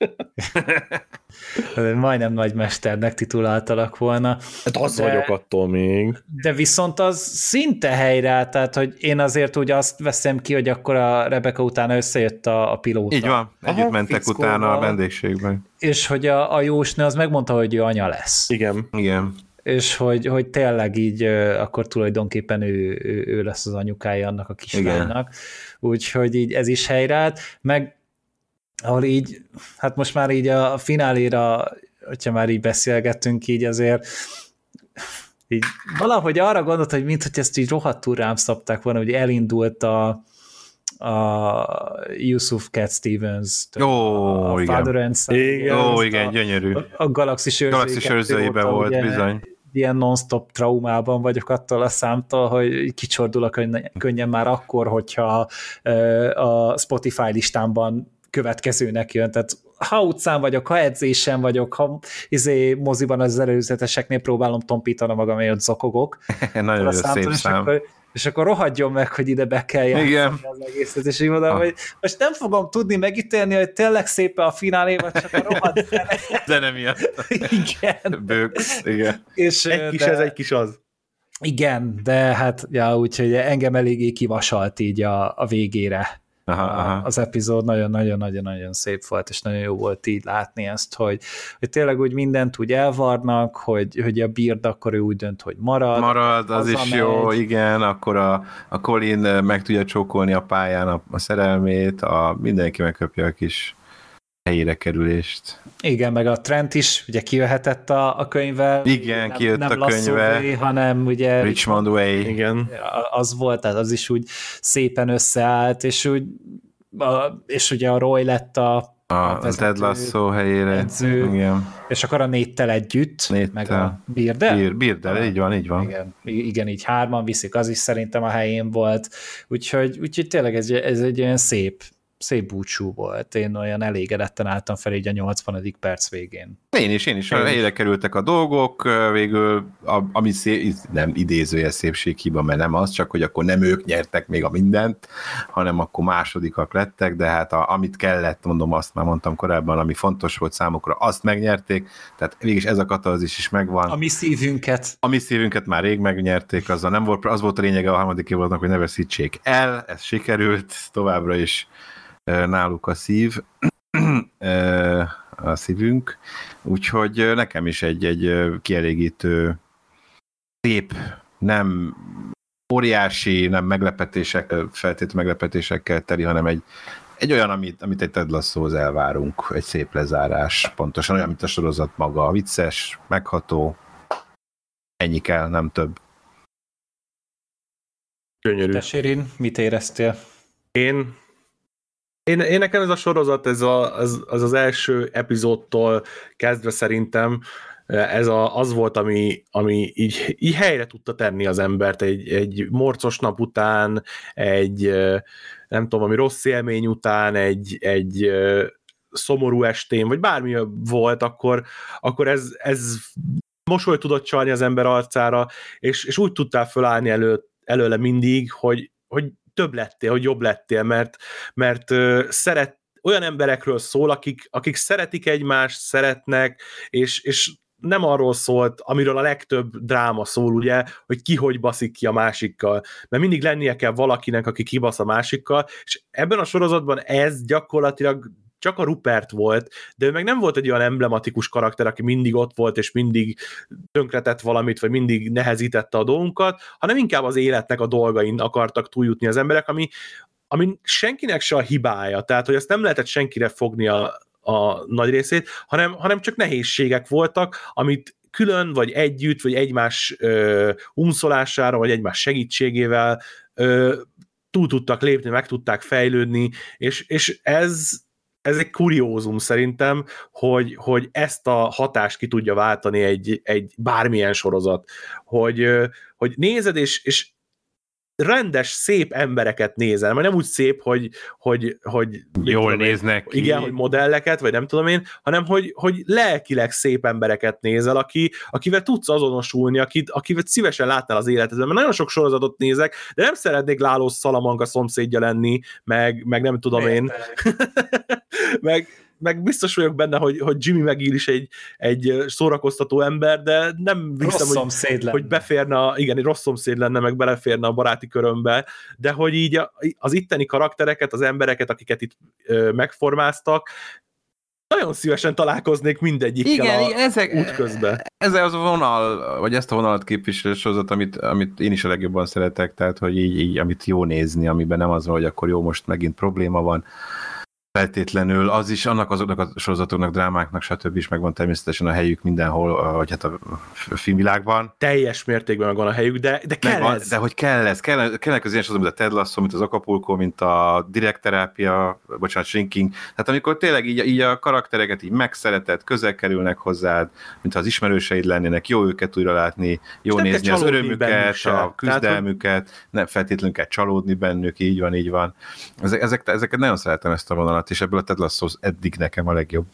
Majdnem nagymesternek tituláltalak volna. Hát az vagyok attól még. De viszont az szinte helyre, tehát hogy én azért úgy azt veszem ki, hogy akkor a Rebecca utána összejött a pilóta. Így van, együtt mentek fickóval. utána a vendégségben. És hogy a jósnő az megmondta, hogy ő anya lesz. Igen. Igen. És hogy tényleg így akkor tulajdonképpen ő lesz az anyukája annak a kislánynak. Úgyhogy így ez is helyreállt. Meg ahol így, hát most már így a fináléra, hogyha már így beszélgettünk így azért, így valahogy arra gondolt, hogy mintha ezt így rohadtul rám szabták volna, hogy elindult a Yusuf Cat Stevens, a igen. Father and Son, igen, gyönyörű. A Galaxis őrzőiben volt, ugye, bizony. Ilyen non-stop traumában vagyok attól a számtól, hogy kicsordul a könnyen már akkor, hogyha a Spotify listámban következőnek jön. Tehát ha utcán vagyok, ha edzésen vagyok, ha moziban az előzeteseknél próbálom tompítani magam, hogy ott zokogok. Nagyon jó, szép szám. És akkor rohadjon meg, hogy ide be kell játszani az egészet, és így mondom, hogy most nem fogom tudni megítélni, hogy tényleg szépen a finálé, vagy csak a rohadt zene miatt. Igen. Bőksz, igen. És, egy kis ez, egy kis az. Igen, de hát, ja, úgyhogy engem eléggé kivasalt így a végére. Aha. Az epizód nagyon-nagyon-nagyon szép volt, és nagyon jó volt így látni ezt, hogy tényleg úgy mindent úgy elvarnak, hogy a Beard akkor ő úgy dönt, hogy marad, az is megy. Jó, igen, akkor a Colin meg tudja csókolni a pályán a szerelmét, mindenki megkapja a kis helyére kerülést. Igen, meg a Trent is ugye kijöhetett a könyvvel. Igen, kijött nem a könyve. Way, hanem ugye Richmond Way. Igen. Az volt, tehát az is úgy szépen összeállt, és ugye a Roy lett a Ted Lasso helyére. Edző, igen. és akkor a Nate-tel együtt, meg a Beard-del. Beard-del, így van. Igen, így hárman viszik, az is szerintem a helyén volt. Úgyhogy tényleg ez egy olyan szép búcsú volt. Én olyan elégedetten álltam fel így a 80. perc végén. Én is. Helyre kerültek a dolgok, végül ami nem idézője szépséghiba, mert nem az, csak hogy akkor nem ők nyertek még a mindent, hanem akkor másodikak lettek, de hát amit kellett, azt már mondtam korábban, ami fontos volt számukra, azt megnyerték, tehát végig ez a katarzis is megvan. A mi szívünket már rég megnyerték, az volt a lényege a harmadik évadnak, hogy ne veszítsék el, ez sikerült, továbbra is náluk a szív, a szívünk, úgyhogy nekem is egy kielégítő, szép, nem óriási, nem feltétlenül meglepetésekkel teli, hanem egy olyan, amit egy Ted Lasso-hoz elvárunk, egy szép lezárás, pontosan olyan, mint a sorozat maga, vicces, megható, ennyi kell, nem több. Gyönyörű. Te, Sirin, mit éreztél? Én nekem ez a sorozat, az első epizódtól kezdve szerintem az volt, ami így helyre tudta tenni az embert egy morcos nap után, egy nem tudom, ami rossz élmény után, egy szomorú estén, vagy bármi volt, akkor ez mosolyt tudott csalni az ember arcára, és úgy tudtál fölállni előle mindig, hogy több lettél, hogy jobb lettél, mert olyan emberekről szól, akik szeretik egymást, szeretnek, és nem arról szólt, amiről a legtöbb dráma szól, ugye, hogy ki hogy baszik ki a másikkal, mert mindig lennie kell valakinek, aki kibasz a másikkal, és ebben a sorozatban ez gyakorlatilag csak a Rupert volt, de ő meg nem volt egy olyan emblematikus karakter, aki mindig ott volt, és mindig tönkretett valamit, vagy mindig nehezítette a dolgunkat, hanem inkább az életnek a dolgain akartak túljutni az emberek, ami senkinek se a hibája, tehát hogy ezt nem lehetett senkire fogni a nagy részét, hanem csak nehézségek voltak, amit külön, vagy együtt, vagy egymás unszolására, vagy egymás segítségével túl tudtak lépni, meg tudták fejlődni, és ez egy kuriózum szerintem, hogy ezt a hatást ki tudja váltani egy bármilyen sorozat, hogy nézed, és rendes, szép embereket nézel, mert nem úgy szép, hogy jól néznek ki. Igen, hogy modelleket, vagy nem tudom én, hanem hogy lelkileg szép embereket nézel, akivel tudsz azonosulni, akivel szívesen látnál az életedben, mert nagyon sok sorozatot nézek, de nem szeretnék Lálós Salamanca szomszédja lenni, meg nem tudom én. meg biztos vagyok benne, hogy Jimmy McGill is egy szórakoztató ember, de nem hiszem, hogy beférne, igen, egy rossz szomszéd lenne, meg beleférne a baráti körömbe, de hogy így az itteni karaktereket, az embereket, akiket itt megformáztak, nagyon szívesen találkoznék mindegyikkel útközben. Ez az a vonal, vagy ezt a vonalat képviselő sorozat, amit én is a legjobban szeretek, tehát hogy így amit jó nézni, amiben nem az van, hogy akkor jó, most megint probléma van, feltétlenül, az is azoknak a sorozatoknak, drámáknak, stb. Is megvan természetesen a helyük mindenhol, vagy hát a filmvilágban. Teljes mértékben megvan a helyük, de kell megvan, ez. De hogy kellnek az ilyen sorozat, mint a Ted Lasso, mint az Acapulco, mint a Direkt Terápia, bocsánat, Shrinking. Tehát amikor tényleg így a karaktereket így megszereted, közel kerülnek hozzád, mintha az ismerőseid lennének, jó őket újra látni, jó nézni az örömüket, a küzdelmüket, nem feltétlenül kell csalódni bennük, így van. Ezeket nagyon szeretem, ezt a vonalat, és ebből a Ted Lasso eddig nekem a legjobb.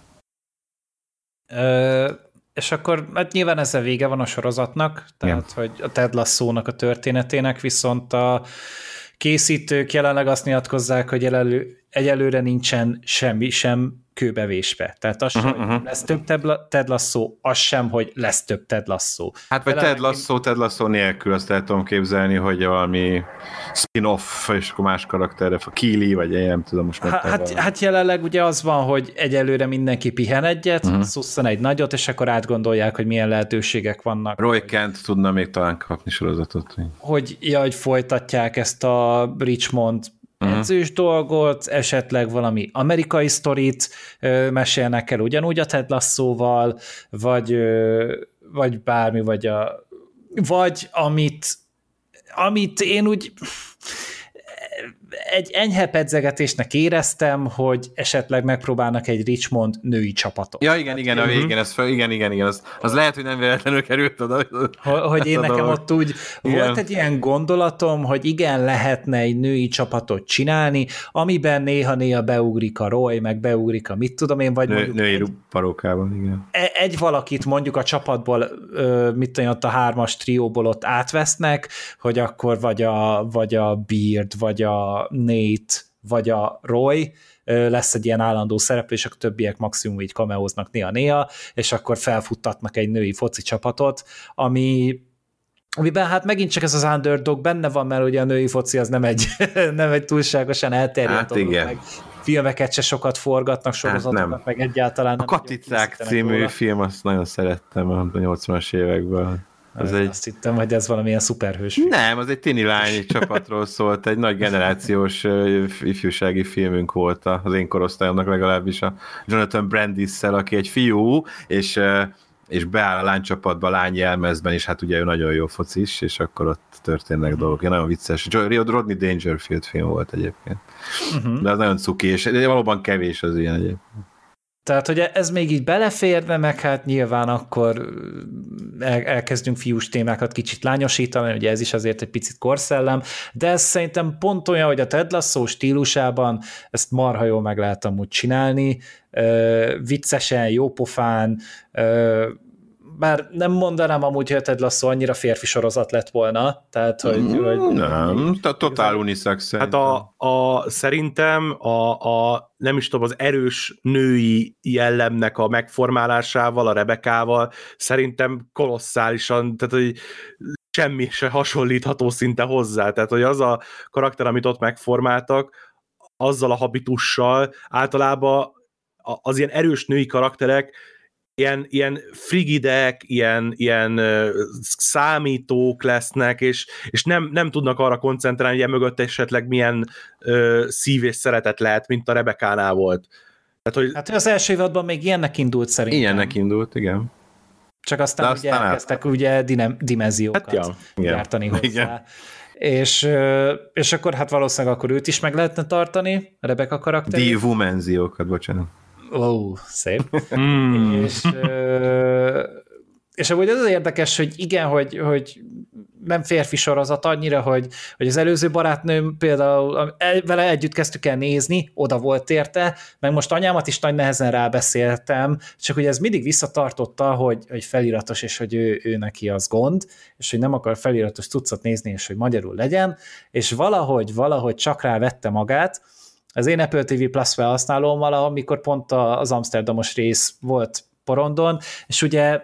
És akkor hát nyilván ezzel vége van a sorozatnak, tehát hogy a Ted Lasso-nak a történetének, viszont a készítők jelenleg azt nyilatkozzák, hogy egyelőre nincsen semmi sem kőbevésve. Tehát az sem, hogy lesz több Ted Lasso, az sem, hogy lesz több Ted Lasso. Hát vagy Ted Lasso nélkül azt el tudom képzelni, hogy valami spin-off, és akkor más karakterre, a Keely, vagy én nem tudom most hát jelenleg ugye az van, hogy egyelőre mindenki pihen egyet, szusszan egy nagyot, és akkor átgondolják, hogy milyen lehetőségek vannak. Roy Kent tudna még talán kapni sorozatot. Hogy folytatják ezt a Richmond edzős dolgot, esetleg valami amerikai sztorit mesélnek el ugyanúgy a Ted Lasso-val, vagy bármi, vagy amit én úgy egy enyhe pedzegetésnek éreztem, hogy esetleg megpróbálnak egy Richmond női csapatot. Ja, igen, a végén, az lehet, hogy nem véletlenül került oda. Hogy én nekem ott úgy volt egy ilyen gondolatom, hogy igen, lehetne egy női csapatot csinálni, amiben néha-néha beugrik a Roy, meg beugrik a mit tudom én, vagy női parókában, igen. Egy valakit mondjuk a csapatból, mit tudom, ott a 3-as trióból ott átvesznek, hogy akkor vagy a Beard, vagy a Nate, vagy a Roy lesz egy ilyen állandó szereplő, és a többiek maximum így cameóznak néha-néha, és akkor felfuttatnak egy női foci csapatot, amiben hát megint csak ez az underdog benne van, mert ugye a női foci az nem egy túlságosan elterjedt dolog, meg filmeket se sokat forgatnak, sorozatokat, meg egyáltalán nem. A Katicák című film, azt nagyon szerettem a 80-as években. Azt hittem, hogy ez valamilyen szuperhős film. Nem, az egy tini lány csapatról szólt, egy nagy generációs ifjúsági filmünk volt az én korosztályomnak, legalábbis a Jonathan Brandis-szel, aki egy fiú, és beáll a lánycsapatba, a lány jelmezben, és hát ugye ő nagyon jó focis, és akkor ott történnek dolgok. Nagyon vicces. Rodney Dangerfield film volt egyébként. De az nagyon cuki, és valóban kevés az ilyen egyébként. Tehát, hogy ez még így beleférne, meg hát nyilván akkor elkezdünk fiús témákat kicsit lányosítani, ugye ez is azért egy picit korszellem, de ez szerintem pont olyan, hogy a Ted Lasso stílusában ezt marha jól meg lehet amúgy csinálni, viccesen, jópofán, bár nem mondanám amúgy, hogy a Ted Lasso annyira férfi sorozat lett volna, tehát, hogy nem, totál unisex. Hát szerintem nem is tudom, az erős női jellemnek a megformálásával, a Rebekával szerintem kolosszálisan, tehát, hogy semmi se hasonlítható szinte hozzá, tehát, hogy az a karakter, amit ott megformáltak, azzal a habitussal általában az ilyen erős női karakterek ilyen frigidek, ilyen számítók lesznek, és nem tudnak arra koncentrálni, hogy mögött esetleg milyen szív és szeretet lehet, mint a Rebekánál volt. Tehát, hogy... Hát az első évadban még ilyennek indult szerintem. Ilyennek indult, igen. Csak aztán ugye elkezdtek ugye dimenziókat gyártani hozzá. Igen. És akkor hát valószínűleg akkor őt is meg lehetne tartani, a Rebeka karakterét. Dimenziókat, bocsánat. Szép. És amúgy az érdekes, hogy igen, hogy nem férfi sorozat annyira, hogy az előző barátnőm például vele együtt kezdtük el nézni, oda volt érte, meg most anyámat is nagy nehezen rábeszéltem, csak hogy ez mindig visszatartotta, hogy feliratos, és hogy ő neki az gond, és hogy nem akar feliratos cuccot nézni, és hogy magyarul legyen, és valahogy csak rávette magát, Az én Apple TV Plus felhasználómmal, amikor pont az amszterdamos rész volt porondon, és ugye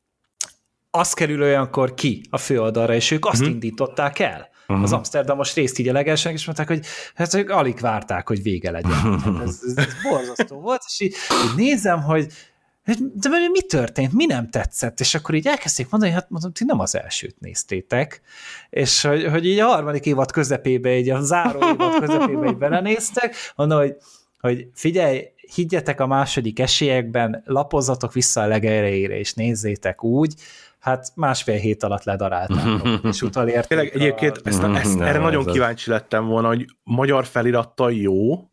az kerül olyankor ki a főoldalra, és ők azt indították el, az amszterdamos részt így a legelsenek, és mondták, hogy hát ők alig várták, hogy vége legyen. Ez borzasztó volt, és így nézem, hogy de mi történt, mi nem tetszett, és akkor így elkezdték mondani, hát mondom, ti nem az elsőt néztétek, és hogy így a harmadik évad közepébe, így a záró évad közepébe így belenéztek, mondom, hogy figyelj, higgyetek a második esélyekben, lapozzatok vissza a legelejére, és nézzétek úgy, hát 1,5 hét alatt ledaráltátok, és utolérték. Tényleg egyébként erre nagyon kíváncsi lettem volna, hogy magyar felirattal jó,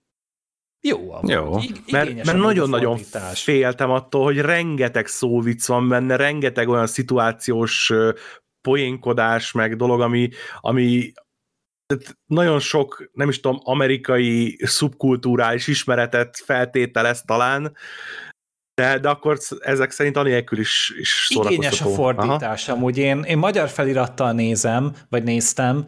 Jó. Mert nagyon-nagyon féltem attól, hogy rengeteg szóvic van benne, rengeteg olyan szituációs poénkodás, meg dolog, ami nagyon sok, nem is tudom, amerikai szubkulturális ismeretet feltételez talán, de akkor ezek szerint anélkül is szórakoztató. Igényes a fordítás, amúgy én magyar felirattal nézem, vagy néztem,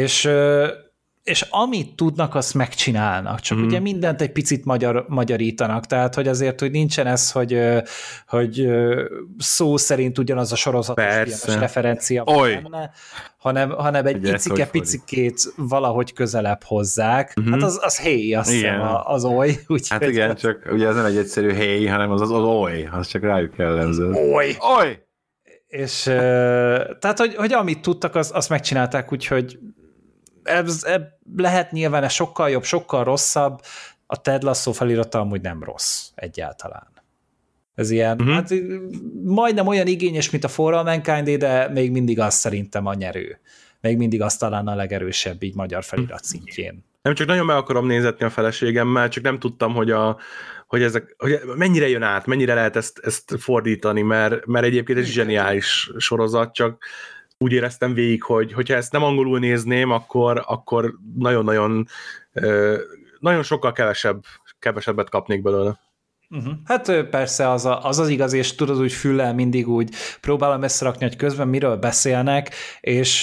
és amit tudnak, azt megcsinálnak. Csak ugye mindent egy picit magyarítanak, tehát hogy azért, hogy nincsen ez, hogy szó szerint ugyanaz a sorozatos filmes referencia benne, hanem egy picikét valahogy közelebb hozzák. Hát az hey, azt hiszem, az oly. Hát igen, csak ugye az nem egy egyszerű hey, hanem az oly, az csak rájuk jellemző. Oly! És tehát, hogy amit tudtak, azt megcsinálták, úgyhogy ez lehet nyilván, ez sokkal jobb, sokkal rosszabb, a Ted Lasso felirata amúgy nem rossz egyáltalán. Ez ilyen, hát majdnem olyan igényes, mint a For All Mankind, de még mindig az szerintem a nyerő. Még mindig az talán a legerősebb így magyar felirat szintjén. Nem, csak nagyon meg akarom nézetni a feleségemmel, csak nem tudtam, hogy mennyire jön át, mennyire lehet ezt fordítani, mert egyébként egy zseniális sorozat, csak úgy éreztem végig, hogyha ezt nem angolul nézném, akkor nagyon-nagyon nagyon sokkal kevesebbet kapnék belőle. Hát persze az igaz, és tudod, úgy füllel mindig úgy próbálom összerakni, hogy közben miről beszélnek, és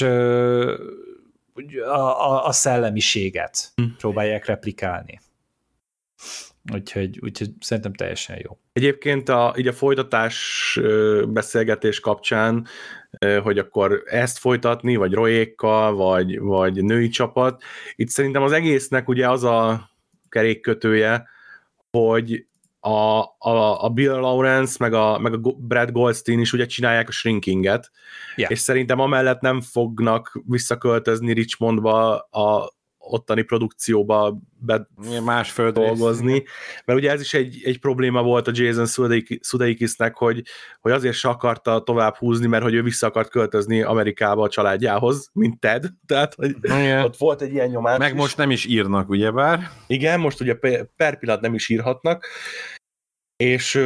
a szellemiséget próbálják replikálni. Úgyhogy szerintem teljesen jó. Egyébként így a folytatás beszélgetés kapcsán, hogy akkor ezt folytatni, vagy Royékkal, vagy női csapat, itt szerintem az egésznek ugye az a kerékkötője, hogy a Bill Lawrence, meg a Brad Goldstein is ugye csinálják a Shrinkinget, és szerintem amellett nem fognak visszaköltözni Richmondba a ottani produkcióba más dolgozni, mert ugye ez is egy probléma volt a Jason Sudeikisnek, hogy azért se akarta tovább húzni, mert hogy ő vissza akart költözni Amerikába a családjához, mint Ted, tehát hogy ott volt egy ilyen nyomás. Meg most nem is írnak, ugyebár? Igen, most ugye per pillanat nem is írhatnak, és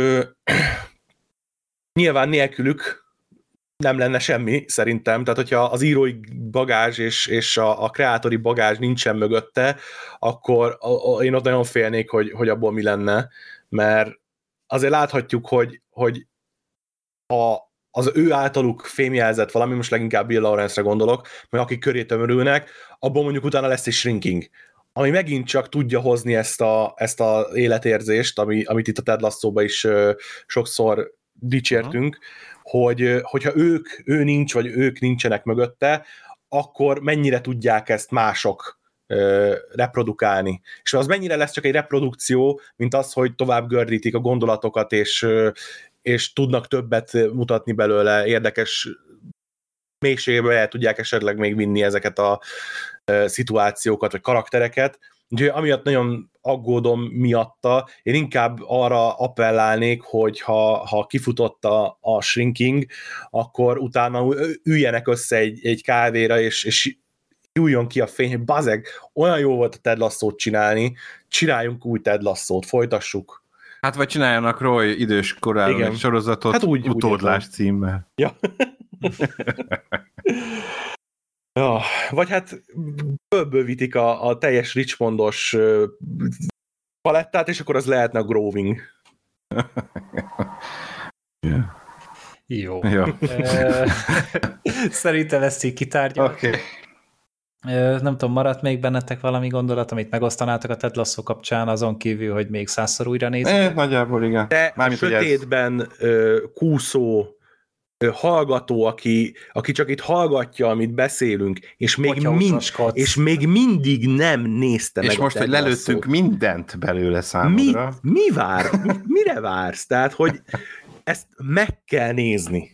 nyilván nélkülük nem lenne semmi, szerintem. Tehát, hogyha az írói bagázs és a kreátori bagázs nincsen mögötte, akkor én ott nagyon félnék, hogy abból mi lenne, mert azért láthatjuk, hogy az ő általuk fémjelzett valami, most leginkább Bill Lawrence-re gondolok, meg akik köré tömörülnek, abból mondjuk utána lesz egy Shrinking, ami megint csak tudja hozni ezt a életérzést, amit itt a Ted Lasso-ba is sokszor dicsértünk, hogyha ő nincs, vagy ők nincsenek mögötte, akkor mennyire tudják ezt mások reprodukálni. És az mennyire lesz csak egy reprodukció, mint az, hogy tovább gördítik a gondolatokat, és tudnak többet mutatni belőle, érdekes mélységbe el tudják esetleg még vinni ezeket a szituációkat, vagy karaktereket. Úgyhogy amiatt nagyon aggódom miatta, én inkább arra appellálnék, hogy ha kifutott a Shrinking, akkor utána üljenek össze egy kávéra, és jöjjön ki a fény, hogy bazeg, olyan jó volt a Ted Lasso-t csinálni, csináljunk új Ted Lasso-t, folytassuk. Hát vagy csináljanak Roy idős korábban egy sorozatot, hát úgy utódlás címmel. Ja. Ja, vagy hát bővítik a teljes Richmondos palettát, és akkor az lehetne a Groving. Yeah. Jó. Szerintem ezt így kitárgyaljuk. Okay. Nem tudom, maradt még bennetek valami gondolat, amit megosztanátok a Ted Lasso kapcsán, azon kívül, hogy még 100-szor újra nézzük? Nagyjából igen. De Mármint, a sötétben kúszó hallgató, aki csak itt hallgatja, amit beszélünk, és még mindig nem nézte meg. És most, hogy lelőttünk mindent belőle számodra. Mi vár? Mire vársz? Tehát, hogy ezt meg kell nézni.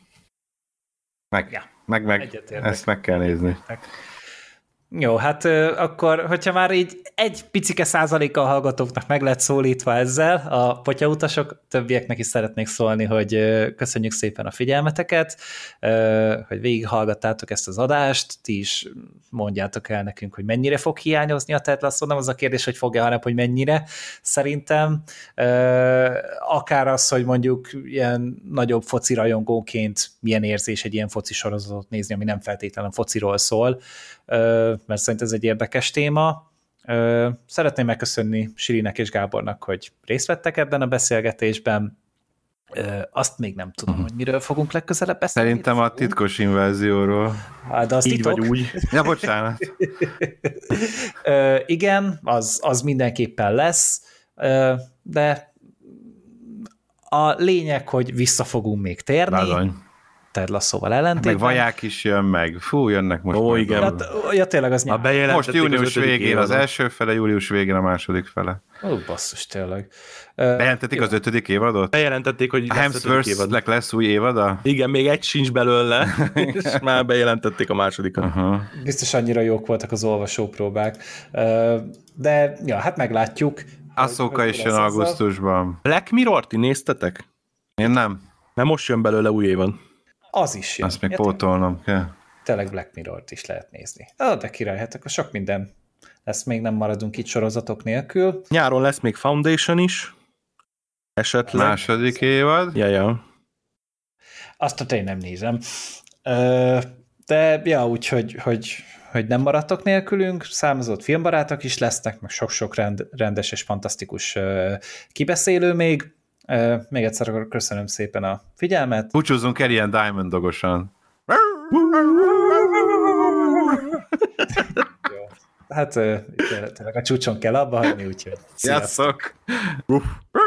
Ezt meg kell nézni. Jó, hát akkor, hogyha már így egy picike százaléka a hallgatóknak meg lett szólítva ezzel, a potyautasok, többieknek is szeretnék szólni, hogy köszönjük szépen a figyelmeteket, hogy végighallgattátok ezt az adást, ti is mondjátok el nekünk, hogy mennyire fog hiányozni a Ted Lasso, nem az a kérdés, hogy fog-e, hanem hogy mennyire, szerintem. Akár az, hogy mondjuk ilyen nagyobb foci rajongóként milyen érzés egy ilyen foci sorozatot nézni, ami nem feltétlenül fociról szól, mert szerintem ez egy érdekes téma. Szeretném megköszönni Sirinek és Gábornak, hogy részt vettek ebben a beszélgetésben. Azt még nem tudom, hogy miről fogunk legközelebb beszélni. Szerintem a titkos invázióról. Hát, de az így titok. vagy úgy. Ja, bocsánat. Igen, az mindenképpen lesz, de a lényeg, hogy vissza fogunk még térni. Bizony. Ted Lasso-val ellentétben. Meg vaják is jön meg. Fú, jönnek most. Ó, igen. Hát, ja, tényleg az nyár. Most június végén az első fele, július végén a második fele. Ó, basszus, tényleg. Bejelentették az 5. évadot? Bejelentették, hogy a Hemsworth lesz új évada? Igen, még egy sincs belőle, és már bejelentették a másodikat. Biztos annyira jók voltak az olvasópróbák. De, ja, hát meglátjuk. Ahsoka is jön augusztusban. Black Mirror, ti néztetek? Én nem. Mert most jön belőle új évad. Az is jön. Azt még pótolnom kell. Tényleg Black Mirror-t is lehet nézni. De király, hát akkor sok minden lesz, még nem maradunk itt sorozatok nélkül. Nyáron lesz még Foundation is. Esetleg. Második évad. Ja. Azt én nem nézem. De ja, úgyhogy hogy nem maradtok nélkülünk, számozott filmbarátok is lesznek, meg sok-sok rendes és fantasztikus kibeszélő még. Még egyszer akkor köszönöm szépen a figyelmet. Búcsúzzunk el ilyen Diamond Dogosan. Jó. Hát tényleg a csúcson kell abba hagyni, úgyhogy sziasztok!